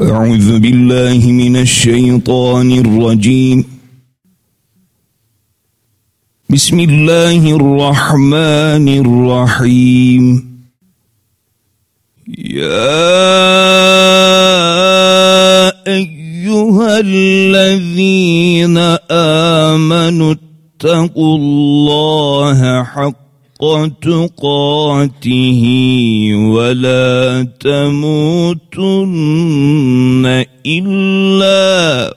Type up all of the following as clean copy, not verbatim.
أعوذ بالله من الشيطان الرجيم. بسم الله الرحمن الرحيم. يا أيها الذين آمنوا اتقوا الله حق تقاته ولا تموتن إلا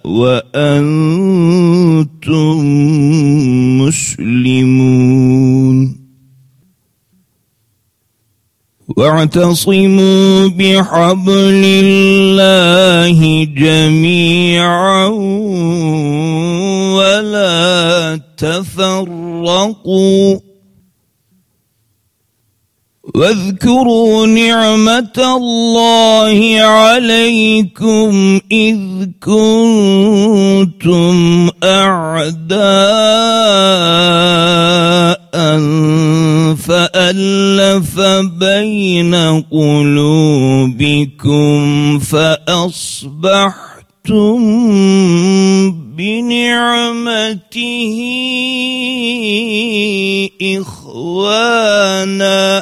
وأنتم مسلمون. واعتصموا بحبل الله جميعا ولا تفرقوا واذكروا نعمة الله عليكم إذ كنتم أعداء فألف بين قلوبكم فأصبحتم بنعمته إخوانا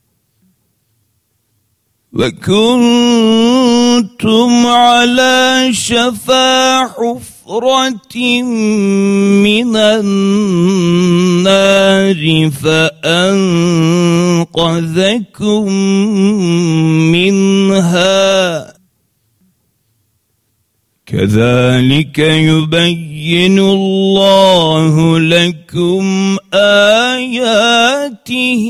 وكنتم على شفا حفرة من النار فأنقذكم منها. كذلك يبين الله لكم آياته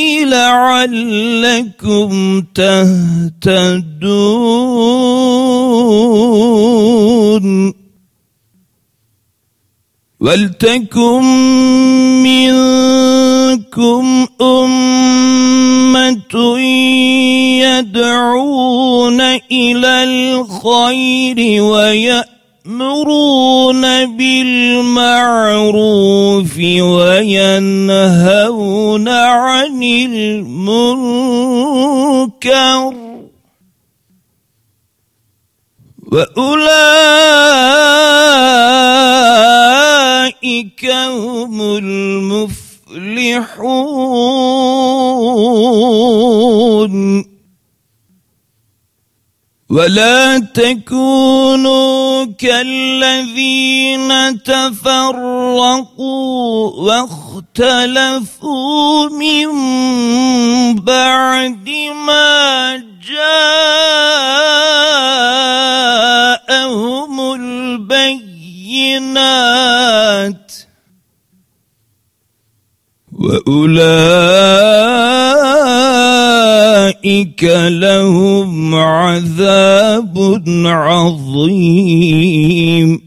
لعلكم تهتدون. ولتكن منكم أمة يدعون إلى الخير ويأمرون بالمعروف وينهون عن المنكر وأولئك هم المفلحون. ولا تكونوا كالذين تفرقوا واختلفوا من بعد ما جاءهم البينات وأولئك لهم عذاب عظيم.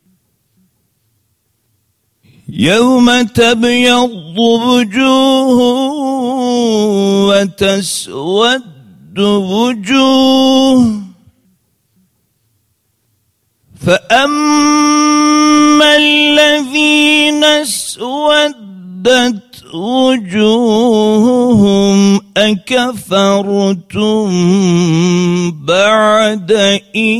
يوم تبيض وجوه وتسود وجوه فأما الذين اسودت وجوههم أكفرتم بعد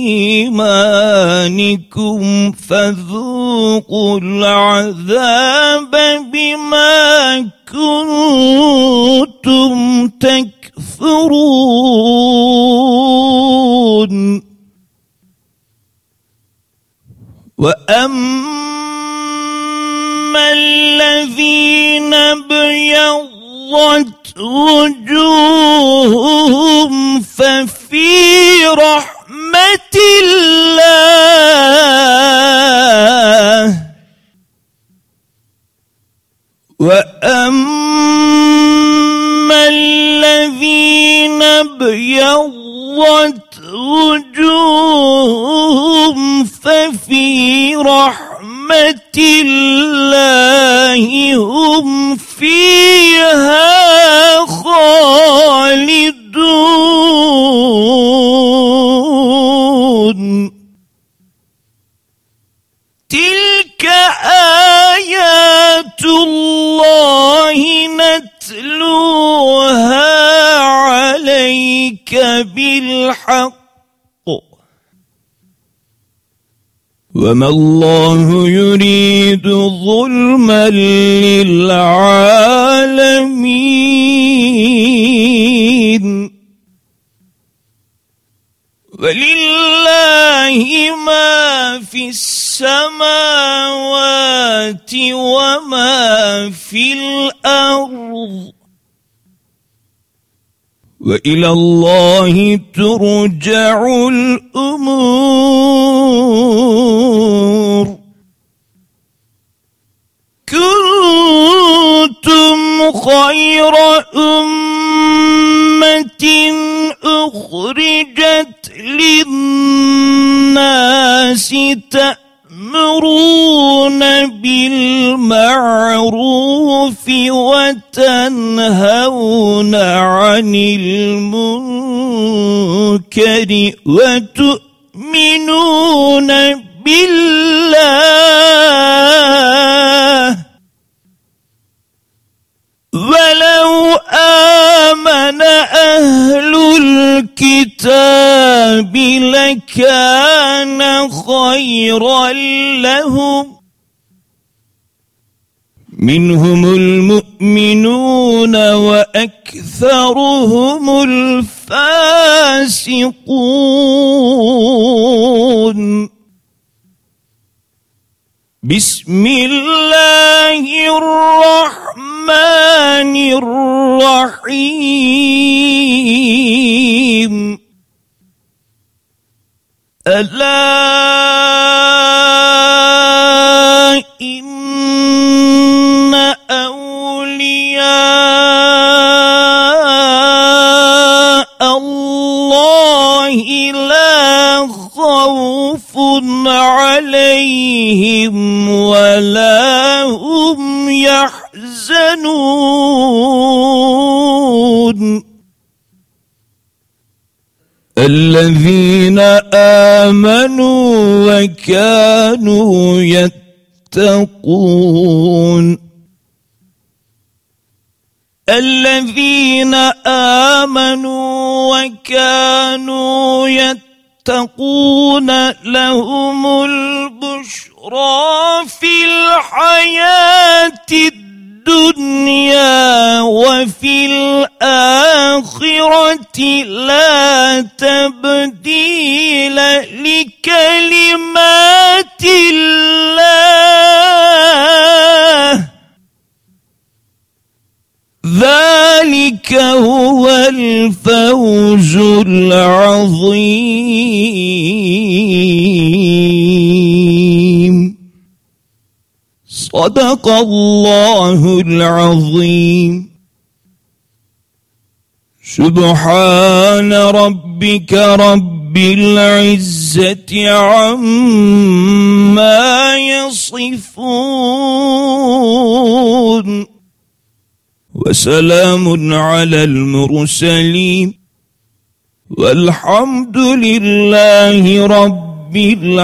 إيمانكم فذوقوا العذاب بما كنتم تكفرون. وأما الذين ابيضت وجوههم ففي رحمة الله. وأما الذين ابيضت وجوههم ففي رحمة الله هم فيها خالدون. تلك آيات الله نتلوها عليك بالحق وَمَا اللّٰهُ يُرِيدُ ظُلْمًا لِلْعَالَمِينَ وَلِلَّهِ مَا فِي السَّمَاوَاتِ وَمَا فِي الْأَرْضِ وَإِلَى اللّٰهِ تُرْجَعُ الْأُمُورُ كُنتُمْ خَيْرَ أُمَّةٍ أُخْرِجَتْ لِلنَّاسِ تَأْمُرُونَ بِالْمَعْرُوفِ وَتَنْهَوْنَ عَنِ الْمُنكَرِ وَتُؤْمِنُونَ بِاللَّهِ وَلَوْ آمَنَ أَهْلُ الْكِتَابِ لَكَانَ خَيْرًا لَهُمْ مِنْهُمُ الْمُؤْمِنُونَ وَأَكْثَرُهُمُ الْفَاسِقُونَ بسم الله الرحمن الرحيم ألا إن أولياء الله لا خوف عليهم ولا هم يحزنون الذين آمنوا وكانوا يتقون الذين آمنوا وكانوا يتقون لهم البشرى في الحياة الدنيا وفي الآخرة لا تبديل لكلمات الله ذلك هو الفوز العظيم صدق الله العظيم سبحان ربك رب العزة عما يصفون وسلام على المرسلين والحمد لله رب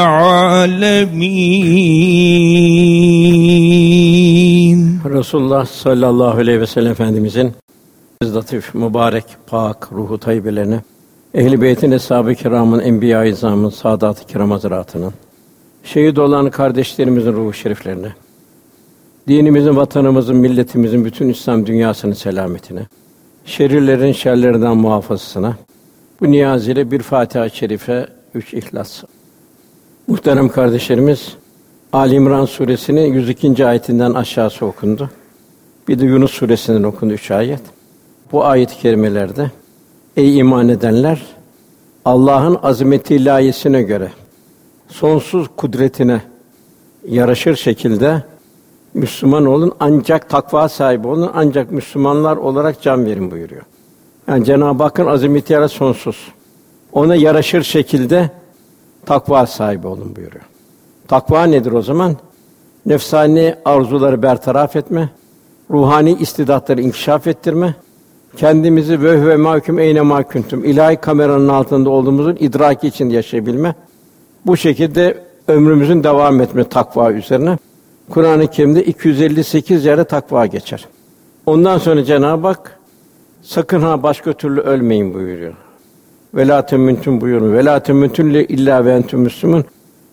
العالمين. Resulullah sallallahu aleyhi ve sellem Efendimizin latif, mübarek, pak, ruhu tayyibelerine, ehl-i beytin, eshab-ı kiramın, enbiya-i izamın, saadat-ı kiram hazretlerinin, şehit olan kardeşlerimizin ruhu şeriflerine, dinimizin, vatanımızın, milletimizin, bütün İslam dünyasının selametine, şerirlerin şerlerinden muhafazasına, bu niyaz ile bir Fatiha-i Şerife, 3 İhlas. Muhterem kardeşlerimiz, Ali İmran suresinin 102. ayetinden aşağısı okundu. Bir de Yunus suresinden okundu 3 ayet. Bu ayet-i kerimelerde ey iman edenler, Allah'ın azameti ilahiyesine göre sonsuz kudretine yaraşır şekilde Müslüman olun, ancak takva sahibi olun, ancak Müslümanlar olarak can verin buyuruyor. Yani Cenab-ı Hakk'ın azameti sonsuz. Ona yaraşır şekilde takva sahibi olun buyuruyor. Takva nedir o zaman? Nefsani arzuları bertaraf etme, ruhani istidatları inkişaf ettirme, kendimizi ve mahkum eyne mahkuntum ilahi kameranın altında olduğumuzun idraki için yaşayabilme. Bu şekilde ömrümüzün devam etme takva üzerine. Kur'an-ı Kerim'de 258 yerde takva geçer. Ondan sonra Cenab-ı Hak sakın ha başka türlü ölmeyin buyuruyor. Velâ temûtun buyuruyor. Velâ temûtun illa ve entüm müslümûn.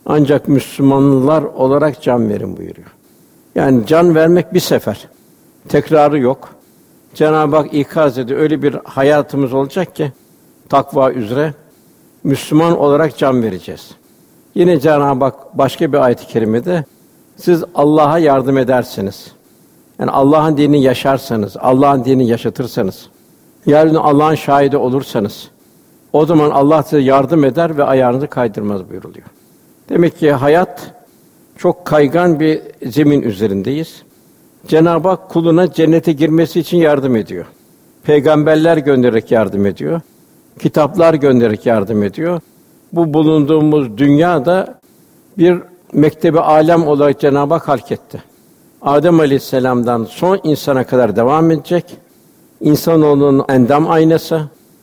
Ancak Müslümanlar olarak can verin buyuruyor. Yani can vermek bir sefer. Tekrarı yok. Cenab-ı Hak ikaz ediyor. Öyle bir hayatımız olacak ki takva üzere Müslüman olarak can vereceğiz. Yine Cenab-ı Hak başka bir ayet-i kerimede siz Allah'a yardım ederseniz, yani Allah'ın dinini yaşarsanız, Allah'ın dinini yaşatırsanız, yeryüzünde Allah'ın şahidi olursanız, o zaman Allah size yardım eder ve ayağınızı kaydırmaz buyuruluyor. Demek ki hayat çok kaygan bir zemin üzerindeyiz. Cenab-ı Hak kuluna cennete girmesi için yardım ediyor. Peygamberler göndererek yardım ediyor. Kitaplar göndererek yardım ediyor. Bu bulunduğumuz dünyada bir mektebi alem olarak Cenab-ı Hak halk etti. Adem Aleyhisselam'dan son insana kadar devam edecek. İnsanoğlunun endam aynası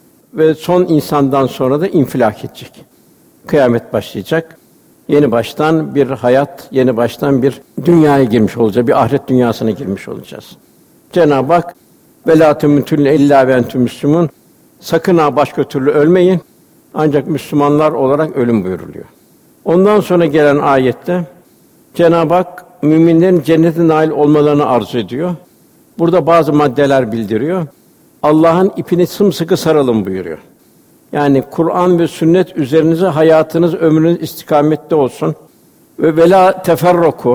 ve son insandan sonra da infilak edecek. Kıyamet başlayacak. Yeni baştan bir hayat, yeni baştan bir dünyaya girmiş olacağız. Bir ahiret dünyasına girmiş olacağız. Cenab-ı Hak velâ temutünne illâ ve entüm müslümûn. Sakın ha başka türlü ölmeyin. Ancak Müslümanlar olarak ölüm buyuruluyor. Ondan sonra gelen ayette Cenab-ı Hak müminlerin cennete nail olmalarını arzu ediyor. Burada bazı maddeler bildiriyor. Allah'ın ipini sımsıkı sarılın buyuruyor. Yani Kur'an ve sünnet üzerinize hayatınız, ömrünüz istikamette olsun. Ve velâ teferruku,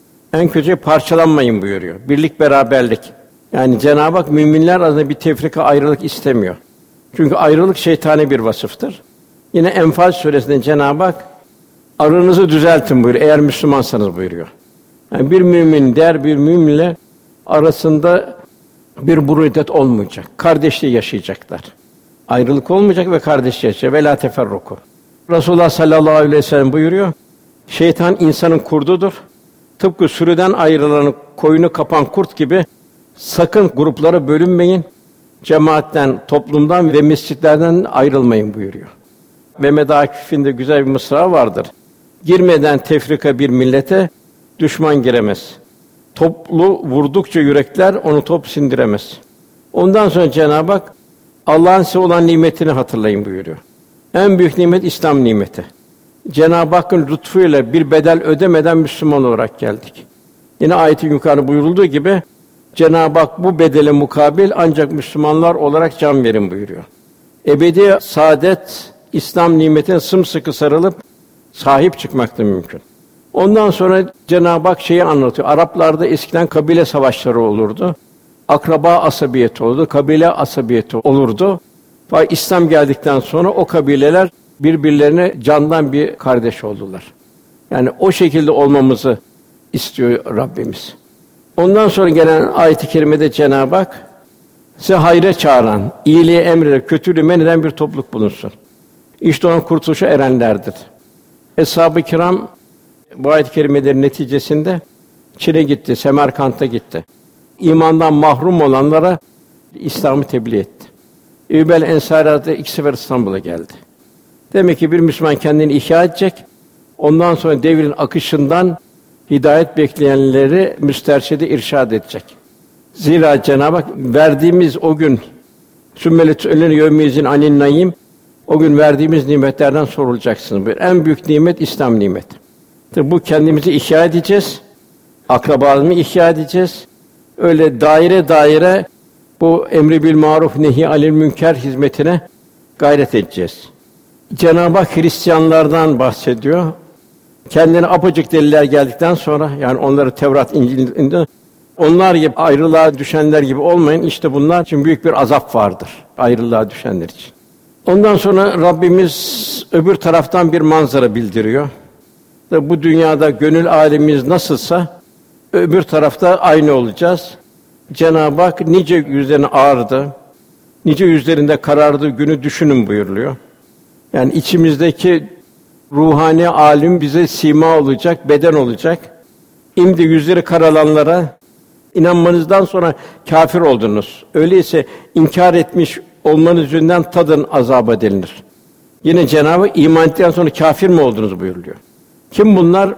en kötü parçalanmayın buyuruyor. Birlik, beraberlik. Yani Cenab-ı Hak müminler arasında bir tefrika, ayrılık istemiyor. Çünkü ayrılık şeytani bir vasıftır. Yine Enfal suresinde Cenab-ı Hak aranızı düzeltin buyuruyor eğer Müslümansanız buyuruyor. Yani bir mümin diğer bir müminle arasında bir burudet olmayacak. Kardeşliği yaşayacaklar. Ayrılık olmayacak ve kardeşlik yaşayacak. Velâ teferruku. Resulullah sallallahu aleyhi ve sellem buyuruyor. Şeytan insanın kurdudur. Tıpkı sürüden ayrılan koyunu kapan kurt gibi sakın gruplara bölünmeyin. Cemaatten, toplumdan ve mescitlerden ayrılmayın buyuruyor. Mehmed Akif'in de güzel bir mısra vardır. Girmeden tefrika bir millete düşman giremez. Toplu vurdukça yürekler onu top sindiremez. Ondan sonra Cenab-ı Hak Allah'ın size olan nimetini hatırlayın buyuruyor. En büyük nimet İslam nimeti. Cenab-ı Hakk'ın lütfuyla bir bedel ödemeden Müslüman olarak geldik. Yine ayetin yukarı buyurulduğu gibi Cenab-ı Hak bu bedele mukabil ancak Müslümanlar olarak can verin buyuruyor. Ebedi saadet İslam nimetine sımsıkı sarılıp sahip çıkmak da mümkün. Ondan sonra Cenab-ı Hak şeyi anlatıyor. Araplarda eskiden kabile savaşları olurdu. Akraba asabiyeti olurdu, kabile asabiyeti olurdu. Fakat İslam geldikten sonra o kabileler birbirlerine candan bir kardeş oldular. Yani o şekilde olmamızı istiyor Rabbimiz. Ondan sonra gelen ayet-i kerimede Cenab-ı Hak size hayra çağıran, iyiliği emreder, kötülüğü men eden bir topluluk bulunsun. İşte onun kurtuluşa erenlerdir. Eshab-ı kiram bu ayet-i kerimelerin neticesinde Çin'e gitti, Semerkant'a gitti. İmandan mahrum olanlara İslam'ı tebliğ etti. Eyyûb el-Ensari da 2 sefer İstanbul'a geldi. Demek ki bir Müslüman kendini ihya edecek. Ondan sonra devrin akışından hidayet bekleyenleri müsterşide irşad edecek. Zira Cenab-ı Hak verdiğimiz o gün sümmelet ölene yevmizin anin naim o gün verdiğimiz nimetlerden sorulacaksınız. Bir en büyük nimet İslam nimeti. Tabi bu kendimizi ihya edeceğiz. Akrabalarımızı ihya edeceğiz. Öyle daire daire bu emri bil maruf nehi anil münker hizmetine gayret edeceğiz. Cenab-ı Hak Hristiyanlardan bahsediyor. Kendine apacık deliller geldikten sonra yani onları Tevrat, İncil'inde onlar gibi ayrılığa düşenler gibi olmayın. İşte bunlar için büyük bir azap vardır ayrılığa düşenler için. Ondan sonra Rabbimiz öbür taraftan bir manzara bildiriyor. Bu dünyada gönül âlemimiz nasılsa öbür tarafta aynı olacağız. Cenab-ı Hak nice yüzlerini ağardı, nice yüzlerinde karardı günü düşünün buyuruluyor. Yani içimizdeki ruhani âlim bize sima olacak, beden olacak. İmdi yüzleri karalanlara inanmanızdan sonra kâfir oldunuz. Öyleyse inkar etmiş olmanız yüzünden tadın azaba denilir. Yine Cenab-ı Hak iman ettikten sonra kâfir mi oldunuz buyuruluyor. Kim bunlar?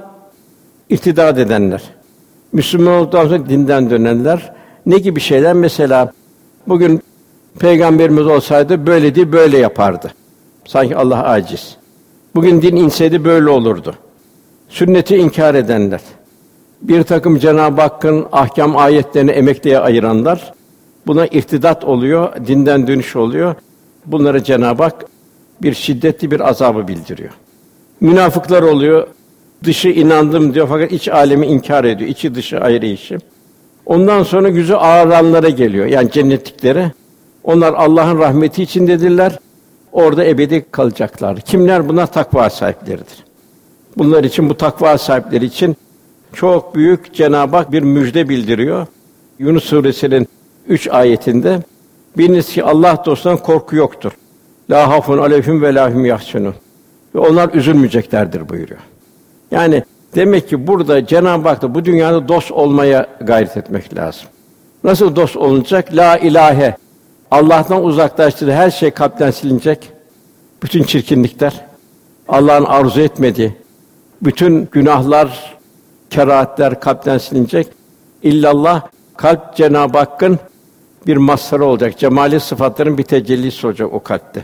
İrtidat edenler. Müslüman olduktan sonra dinden dönenler. Ne gibi şeyler? Mesela bugün Peygamberimiz olsaydı böyle değil, böyle yapardı. Sanki Allah aciz. Bugün din inseydi böyle olurdu. Sünneti inkar edenler, bir takım Cenab-ı Hakk'ın ahkâm ayetlerini emekleye ayıranlar, buna irtidat oluyor, dinden dönüş oluyor. Bunlara Cenab-ı Hak bir şiddetli bir azabı bildiriyor. Münafıklar oluyor, dışı inandım diyor fakat iç alemi inkar ediyor, içi dışı ayrı işi. Ondan sonra yüzü ağaranlara geliyor, yani cennetliklere. Onlar Allah'ın rahmeti içindedirler, orada ebedi kalacaklar. Kimler? Bunlar takva sahipleridir. Bunlar için, bu takva sahipleri için çok büyük Cenab-ı Hak bir müjde bildiriyor. Yunus Sûresinin 3 ayetinde, biliniz ki Allah dostlarından korku yoktur. La hafun aleyhim ve la hum yahsunun. Ve onlar üzülmeyeceklerdir buyuruyor. Yani demek ki burada Cenab-ı Hak'ta bu dünyada dost olmaya gayret etmek lazım. Nasıl dost olunacak? La ilahe. Allah'tan uzaklaştığı her şey kalpten silinecek. Bütün çirkinlikler, Allah'ın arzu etmediği bütün günahlar, kerahatler kalpten silinecek. İllallah, kalp Cenab-ı Hakk'ın bir mazharı olacak. Cemali sıfatların bir tecellisi olacak o kalpte.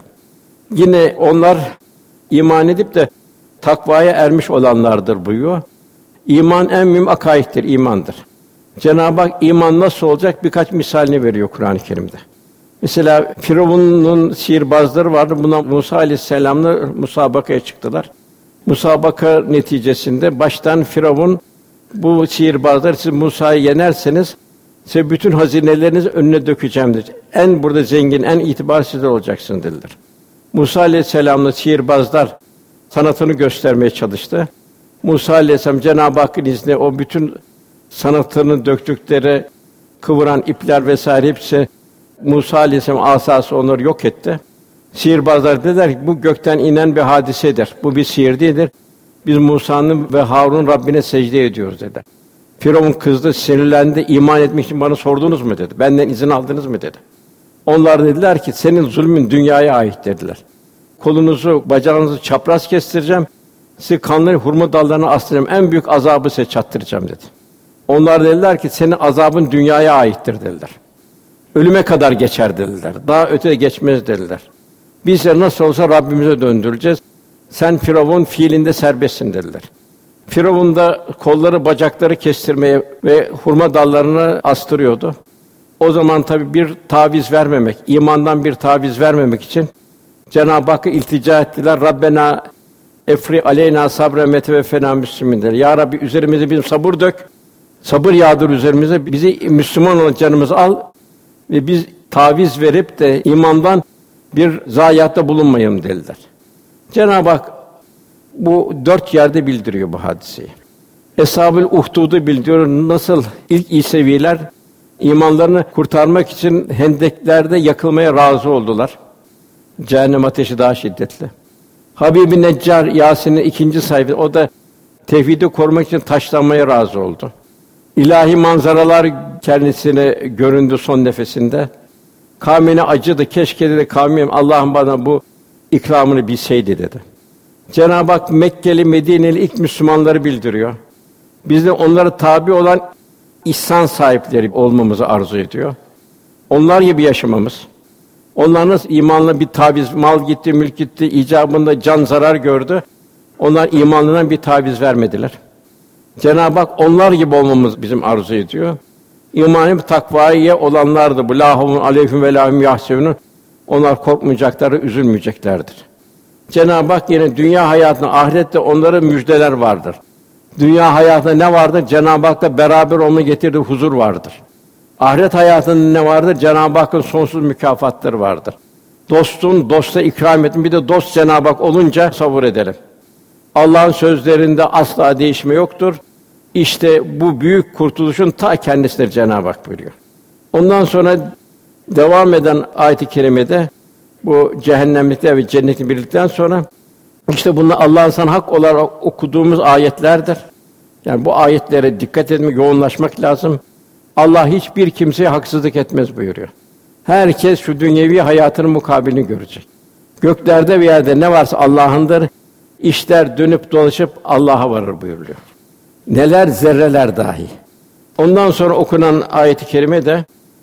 Yine onlar iman edip de takvaya ermiş olanlardır buyuruyor. İman en mühim akaiddir, imandır. Cenab-ı Hak iman nasıl olacak birkaç misalini veriyor Kur'an-ı Kerim'de. Mesela Firavun'un sihirbazları vardı. Buna Musa Aleyhisselam'la musabakaya çıktılar. Musabaka neticesinde baştan Firavun bu sihirbazlar siz Musa'yı yenerseniz size bütün hazinelerinizi önüne dökeceğim dedi. En burada zengin, en itibarlı sizler olacaksınız dediler. Musa Aleyhisselam'la sihirbazlar sanatını göstermeye çalıştı. Musa Aleyhisselam Cenab-ı Hakk'ın izniyle o bütün sanatını döktükleri kıvıran ipler vesaire hepsi Musa Aleyhisselam asası onları yok etti. Sihirbazlar dediler ki bu gökten inen bir hadisedir. Bu bir sihir değildir. Biz Musa'nın ve Harun'un Rabbine secde ediyoruz dediler. Firavun kızdı, sinirlendi. İman etmek için bana sordunuz mu dedi. Benden izin aldınız mı dedi. Onlar dediler ki senin zulmün dünyaya ait dediler. Kolunuzu, bacağınızı çapraz kestireceğim. Sizi kanlı hurma dallarına astıracağım. En büyük azabı size çattıracağım dedi. Onlar dediler ki senin azabın dünyaya aittir dediler. Ölüme kadar geçer dediler. Daha öteye geçmez dediler. Biz de nasıl olsa Rabbimize döndüreceğiz. Sen Firavun fiilinde serbestsin dediler. Firavun da kolları, bacakları kestirmeye ve hurma dallarına astırıyordu. O zaman tabii bir taviz vermemek, imandan bir taviz vermemek için Cenab-ı Hakk'a iltica ettiler. Rabbena efri aleyna sabren ve teveffena müslimin der. Ya Rabbi üzerimize bir sabır dök. Sabır yağdır üzerimize. Bizi Müslüman olan canımızı al ve biz taviz verip de imandan bir zayiatta bulunmayalım dediler. Cenab-ı Hak bu 4 yerde bildiriyor bu hadiseyi. Eshab-ül Uhdud'u bildiriyor. Nasıl ilk İseviler imanlarını kurtarmak için hendeklerde yakılmaya razı oldular. Cehennem ateşi daha şiddetli. Habib-i Neccar Yasin'in 2. sayfası o da tevhidi korumak için taşlanmaya razı oldu. İlahi manzaralar kendisine göründü son nefesinde. Kavmine acıdı. Keşke dedi kavmim Allah'ım bana bu ikramını bilseydi dedi. Cenab-ı Hak Mekkeli, Medineli ilk Müslümanları bildiriyor. Biz de onlara tabi olan ihsan sahipleri olmamızı arzu ediyor. Onlar gibi yaşamamız. Onlar nasıl imanla bir taviz, mal gitti, mülk gitti, icabında can zarar gördü. Onlar imanlarından bir taviz vermediler. Cenab-ı Hak onlar gibi olmamız bizim arzu ediyor. İmanı takvaya olanlardı bu. La havun aleyhim ve la hum yahsunun. Onlar korkmayacaklar, üzülmeyeceklerdir. Cenab-ı Hak yine dünya hayatında, ahirette onlara müjdeler vardır. Dünya hayatında ne vardır? Cenab-ı Hak'la beraber olma getirdiği huzur vardır. Ahiret hayatında ne vardır? Cenab-ı Hakk'ın sonsuz mükafatları vardır. Dostun dosta ikram etme, bir de dost Cenab-ı Hak olunca sabır edelim. Allah'ın sözlerinde asla değişme yoktur. İşte bu büyük kurtuluşun ta kendisidir Cenab-ı Hak buyuruyor. Ondan sonra devam eden ayet-i kerimede bu cehennemlikler ve cenneti bildikten sonra işte bunlar Allah'ın sana hak olarak okuduğumuz ayetlerdir. Yani bu ayetlere dikkat etmek, yoğunlaşmak lazım. Allah hiçbir kimseye haksızlık etmez buyuruyor. Herkes şu dünyevi hayatının mukabilini görecek. Göklerde ve yerde ne varsa Allah'ındır. İşler dönüp dolaşıp Allah'a varır buyuruyor. Neler zerreler dahi. Ondan sonra okunan ayet-i kerime de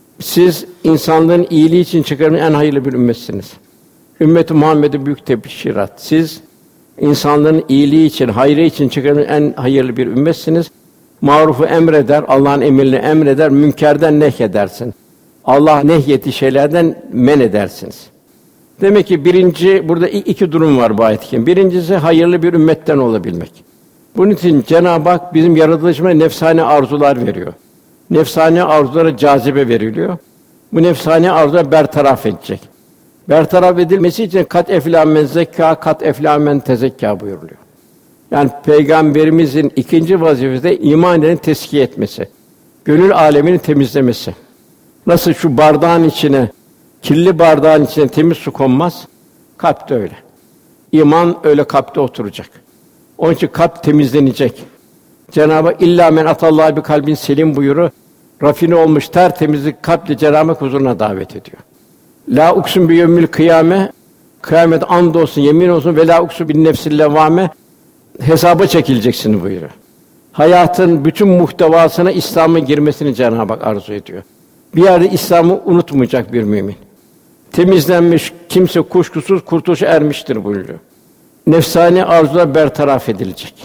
siz insanlığın iyiliği için çıkarılan en hayırlı bir ümmetsiniz. Ümmet-i Muhammed'e büyük tebşirat. Siz İnsanların iyiliği için, hayrı için çıkarılmış en hayırlı bir ümmetsiniz. Marufu emreder, Allah'ın emrini emreder, münkerden nehyedersin. Allah nehyettiği şeylerden men edersiniz. Demek ki burada iki durum var bu ayet-i kerime. Birincisi hayırlı bir ümmetten olabilmek. Bunun için Cenab-ı Hak bizim yaratılışımıza nefsani arzular veriyor. Nefsani arzulara cazibe veriliyor. Bu nefsani arzuları bertaraf edecek. Bertaraf edilmesi için kat eflâ men zekkâ, kat eflâ men tezekkâ buyuruluyor. Yani Peygamberimizin ikinci vazifesi de iman edenleri tezkiye etmesi, gönül âlemini temizlemesi. Nasıl şu bardağın içine, kirli bardağın içine temiz su konmaz, kalp de öyle. İman öyle kalpte oturacak. Onun için kalp temizlenecek. Cenab-ı Hak illâ men atallâhe bi kalbin selim buyuruyor. Rafine olmuş tertemizlik kalple Cenab-ı Hak huzuruna davet ediyor. La uksun bi yevmil kıyame, kıyamet and olsun, yemin olsun ve la uksu bin nefsil levvame, hesaba çekileceksin buyuruyor. Hayatın bütün muhtevasına İslam'ın girmesini Cenab-ı Hak arzu ediyor. Bir yerde İslam'ı unutmayacak bir mümin. Temizlenmiş kimse kuşkusuz kurtuluşa ermiştir buyuruyor. Nefsani arzular bertaraf edilecek.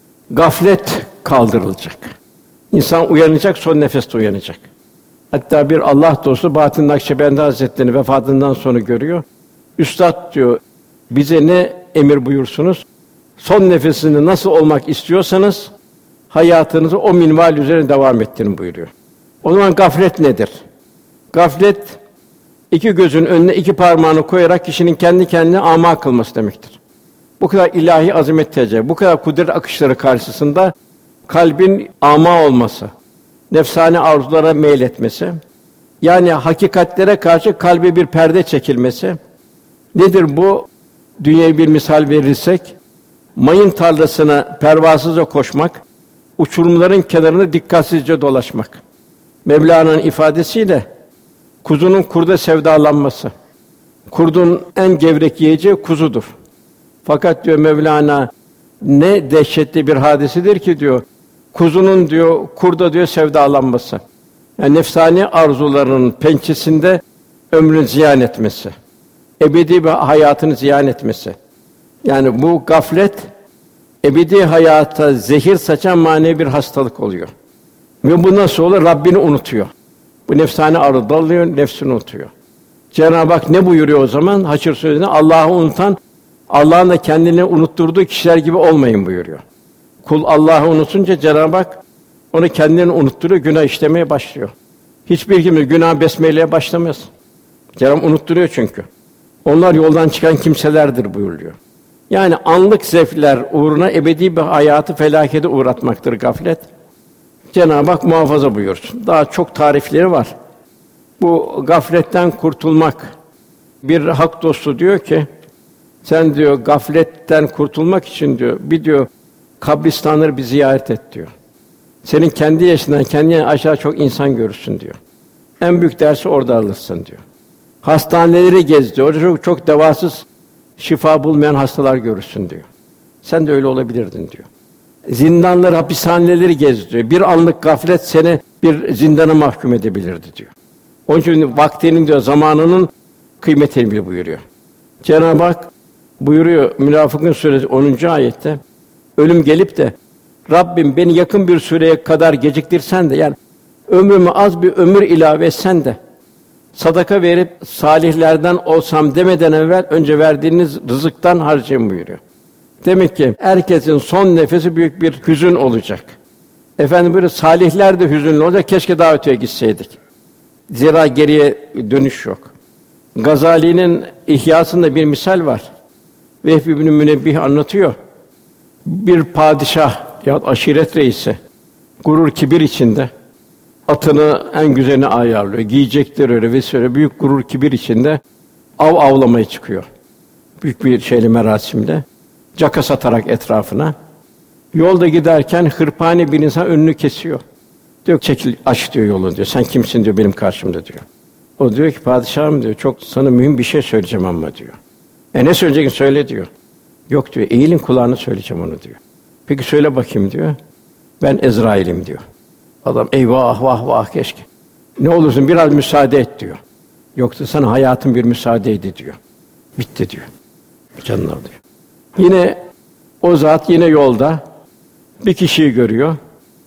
Gaflet kaldırılacak. İnsan uyanacak, son nefeste uyanacak. Hatta bir Allah dostu Bahattin Nakşibendi Hazretleri'ni vefatından sonra görüyor. Üstad diyor, bize ne emir buyursunuz? Son nefesinde nasıl olmak istiyorsanız hayatınızı o minval üzerine devam ettirin buyuruyor. O zaman gaflet nedir? Gaflet iki gözün önüne iki parmağını koyarak kişinin kendi kendine âmâ kılması demektir. Bu kadar ilahi azamet tecelli, bu kadar kudret akışları karşısında kalbin âmâ olması, nefsani arzulara meyletmesi, yani hakikatlere karşı kalbe bir perde çekilmesi. Nedir bu? Dünyaya bir misal verirsek, mayın tarlasına pervasızca koşmak, uçurumların kenarında dikkatsizce dolaşmak. Mevlana'nın ifadesiyle kuzunun kurda sevdalanması. Kurdun en gevrek yiyeceği kuzudur. Fakat diyor Mevlana, ne dehşetli bir hadisedir ki diyor, kuzunun diyor kurda diyor sevdalanması. Yani nefsani arzularının pençesinde ömrünü ziyan etmesi, ebedi bir hayatını ziyan etmesi. Yani bu gaflet ebedi hayata zehir saçan manevi bir hastalık oluyor. Ve bu nasıl olur? Rabbini unutuyor. Bu nefsani arzu dalıyor, nefsini unutuyor. Cenab-ı Hak ne buyuruyor o zaman? Haşr Sûresinde Allah'ı unutan, Allah'ın da kendini unutturduğu kişiler gibi olmayın buyuruyor. Kul Allah'ı unutunca Cenab-ı Hak onu kendini unutturuyor, günah işlemeye başlıyor. Hiçbir kimse günah besmeleyle başlamaz. Cenab-ı Hak unutturuyor çünkü. Onlar yoldan çıkan kimselerdir buyuruyor. Yani anlık zevkler uğruna ebedi bir hayatı felakete uğratmaktır gaflet. Cenab-ı Hak muhafaza buyursun. Daha çok tarifleri var. Bu gafletten kurtulmak. Bir hak dostu diyor ki, sen diyor gafletten kurtulmak için diyor, bir diyor kabristanları bir ziyaret et diyor. Senin kendi yaşından kendine aşağı çok insan görürsün diyor. En büyük dersi orada alırsın diyor. Hastaneleri gez diyor. Orada çok devasız şifa bulmayan hastalar görürsün diyor. Sen de öyle olabilirdin diyor. Zindanları, hapishaneleri gez diyor. Bir anlık gaflet seni bir zindana mahkum edebilirdi diyor. Onun için vaktinin diyor, zamanının kıymetini bil buyuruyor. Cenab-ı Hak buyuruyor Münafıkun Suresi 10. ayette, ölüm gelip de Rabbim beni yakın bir süreye kadar geciktirsen de, yani ömrüme az bir ömür ilave etsen de sadaka verip salihlerden olsam demeden evvel önce verdiğiniz rızıktan harcayın buyuruyor. Demek ki herkesin son nefesi büyük bir hüzün olacak. Efendim böyle salihler de hüzünlü olacak. Keşke daha öteye gitseydik. Zira geriye dönüş yok. Gazali'nin İhyasında bir misal var. Vehb ibn Münebbih anlatıyor. Bir padişah ya aşiret reisi gurur kibir içinde atını en güzeline ayarlıyor. Giyecekleri öyle vesaire büyük gurur kibir içinde av avlamaya çıkıyor. Büyük bir şeyle merasimle caka satarak etrafına. Yolda giderken hırpani bir insan önünü kesiyor. Diyor çekil aç diyor yolunu diyor. Sen kimsin diyor benim karşımda diyor. O diyor ki padişahım diyor çok sana mühim bir şey söyleyeceğim ama diyor. Ne söyleyeceksin söyle diyor. Yok diyor eğilin kulağına söyleyeceğim onu diyor. Peki söyle bakayım diyor. Ben Ezrail'im diyor. Adam eyvah vah vah keşke. Ne olursun biraz müsaade et diyor. Yoksa sana hayatın bir müsaadeydi diyor. Bitti diyor. Canını alıyor. Yine O zat yine yolda bir kişiyi görüyor.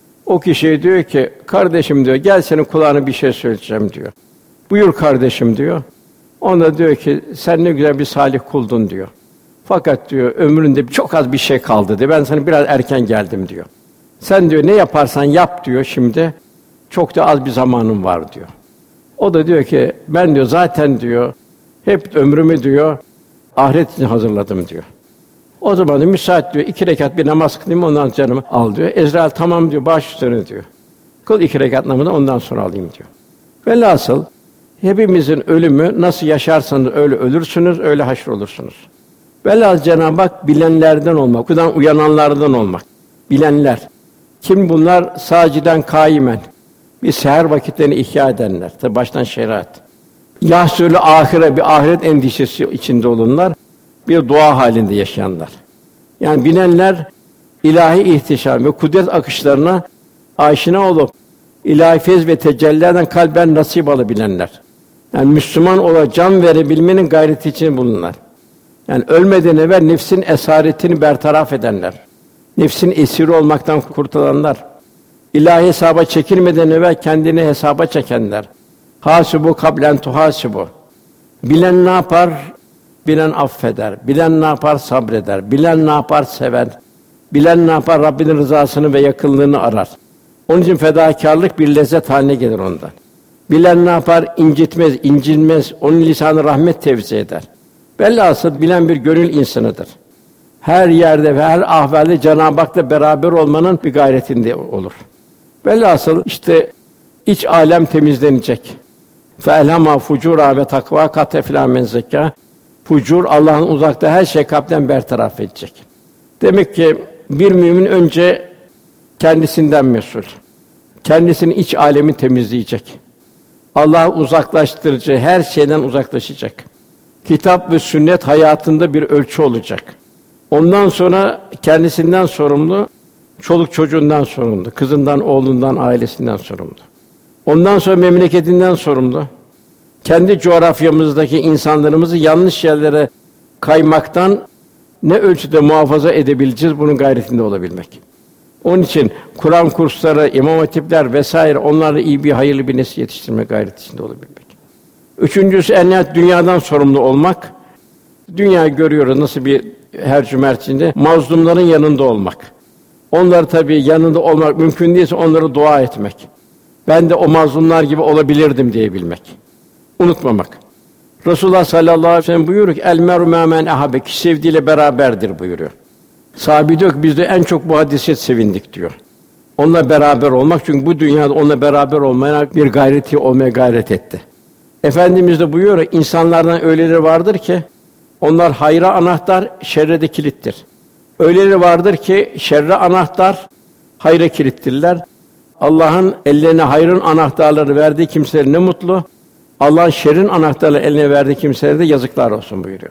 O kişiye diyor ki, kardeşim diyor, gel senin kulağına bir şey söyleyeceğim diyor. Buyur kardeşim diyor. Ona diyor ki, sen ne güzel bir salih kuldun diyor. Fakat diyor, ömründe çok az bir şey kaldı diyor. Ben sana biraz erken geldim diyor. Sen diyor, ne yaparsan yap diyor şimdi. Çok da az bir zamanım var diyor. O da diyor ki, ben diyor zaten diyor, hep ömrümü diyor, ahiret için hazırladım diyor. O zaman diyor, müsait diyor, 2 rekat bir namaz kılayım, ondan canımı al diyor. Ezrail tamam diyor, baş üstüne diyor. Kıl 2 rekat namazı, ondan sonra alayım diyor. Velhasıl, hepimizin ölümü, nasıl yaşarsanız öyle ölürsünüz, öyle haşrolursunuz. Velhâsıl Cenab-ı Hak bilenlerden olmak, uykudan uyananlardan olmak. Bilenler. Kim bunlar? Sâciden kâimen. Bir seher vakitlerini ihya edenler. Tabi baştan şeriat. Yahsûlü âhire, bir ahiret endişesi içinde olunlar. Bir dua halinde yaşayanlar. Yani bilenler, ilahi ihtişam ve kudret akışlarına aşina olup, ilahi feyz ve tecellilerden kalben nasip alabilenler. Yani Müslüman olarak can verebilmenin gayreti için bulunanlar. Yani ölmeden evvel nefsin esaretini bertaraf edenler. Nefsin esiri olmaktan kurtulanlar. İlahi hesaba çekilmeden evvel kendini hesaba çekenler. Hâsibu kablen tuhâsibu. Bilen ne yapar? Bilen affeder. Bilen ne yapar? Sabreder. Bilen ne yapar? Sever. Bilen ne yapar? Rabbinin rızasını ve yakınlığını arar. Onun için fedakârlık bir lezzet haline gelir ondan. Bilen ne yapar? İncitmez, incinmez. Onun lisanı rahmet tevzi eder. Velhasıl bilen bir gönül insanıdır. Her yerde ve her ahvalde Cenab-ı Hak'la beraber olmanın bir gayretinde olur. Velhasıl işte iç alem temizlenecek. Fe'elhama fucura ve takva kat eflâ men zekkâ. Fucur Allah'ın uzakta her şey kalpten bertaraf edecek. Demek ki bir mümin önce kendisinden mesul. Kendisinin iç alemi temizleyecek. Allah'ı uzaklaştırıcı her şeyden uzaklaşacak. Kitap ve sünnet hayatında bir ölçü olacak. Ondan sonra kendisinden sorumlu, çoluk çocuğundan sorumlu, kızından, oğlundan, ailesinden sorumlu. Ondan sonra memleketinden sorumlu. Kendi coğrafyamızdaki insanlarımızı yanlış yerlere kaymaktan ne ölçüde muhafaza edebileceğiz, bunun gayretinde olabilmek. Onun için Kur'an kursları, imam hatipler vesaire onlarla iyi bir hayırlı bir nesil yetiştirme gayreti içinde olabilmek. Üçüncüsü en nihayet dünyadan sorumlu olmak. Dünyayı görüyoruz nasıl bir her cümerçinde mazlumların yanında olmak. Onları tabii yanında olmak mümkün değilse onlara dua etmek. Ben de o mazlumlar gibi olabilirdim diyebilmek. Unutmamak. Resulullah sallallahu aleyhi ve sellem buyuruyor ki el meru men ahabbe, kişi sevdiğiyle beraberdir buyuruyor. Sahabe diyor ki biz de en çok bu hadise sevindik diyor. Onunla beraber olmak, çünkü bu dünyada onunla beraber olmaya bir gayreti olmaya gayret etti. Efendimiz de buyuruyor, insanlardan öyleleri vardır ki onlar hayra anahtar, şerre de kilittir. Öyleleri vardır ki şerre anahtar, hayra kilittirler. Allah'ın ellerine hayrın anahtarları verdiği kimselere ne mutlu. Allah'ın şerrin anahtarları eline verdiği kimselere de yazıklar olsun buyuruyor.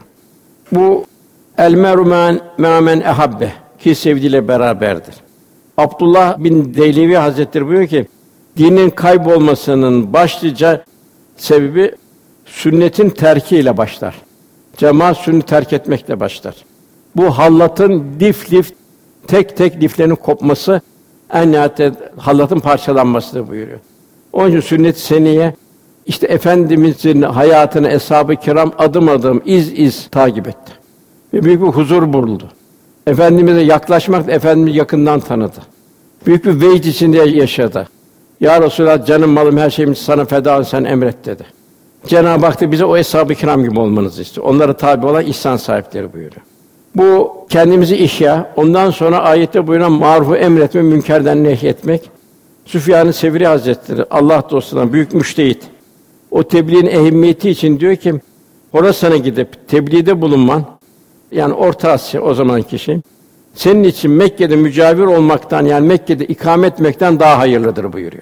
Bu el meru men ehabbe, ki sevdiğiyle beraberdir. Abdullah bin Deylevi Hazretleri buyuruyor ki dinin kaybolmasının başlıca sebebi sünnetin terkiyle başlar. Cemaat sünnet terk etmekle başlar. Bu hallatın lif tek tek liflerinin kopması, en nihayetinde hallatın parçalanmasıdır buyuruyor. Onun için sünnet-i seniyye işte Efendimizin hayatını eshab-ı kiram adım adım iz takip etti. Ve büyük bir huzur buldu. Efendimize yaklaşmak, Efendimiz yakından tanıdı. Büyük bir vecd içinde yaşadı. Ya Resulallah, canım malım her şeyim sana feda, sen emret dedi. Cenab-ı Hak da bize o eshab-ı kiram gibi olmanızı istiyor. Onlara tabi olan ihsan sahipleri buyuruyor. Bu kendimizi ihya, ondan sonra ayette buyurulan marufu emretme, münkerden nehyetmek. Süfyan-ı Sevri Hazretleri Allah dostundan büyük müştehit. O tebliğin ehemmiyeti için diyor ki Horasan'a gidip tebliğde bulunman, yani Orta Asya o zamanki kişi, senin için Mekke'de mücavir olmaktan, yani Mekke'de ikamet etmekten daha hayırlıdır buyuruyor.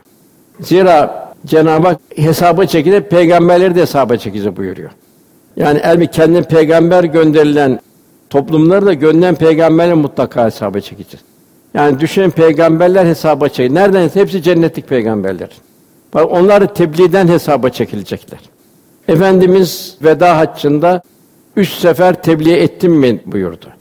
Zira Cenab-ı Hak hesaba çekecek, peygamberleri de hesaba çekecek buyuruyor. Yani elbette kendine peygamber gönderilen toplumları da gönderen peygamberleri mutlaka hesaba çekeceğiz. Yani düşünün, peygamberler hesaba çekilecek. Nereden? Hepsi cennetlik peygamberler. Bak, onlar da tebliğden hesaba çekilecekler. Efendimiz veda haccında 3 sefer tebliğ ettim mi buyurdu.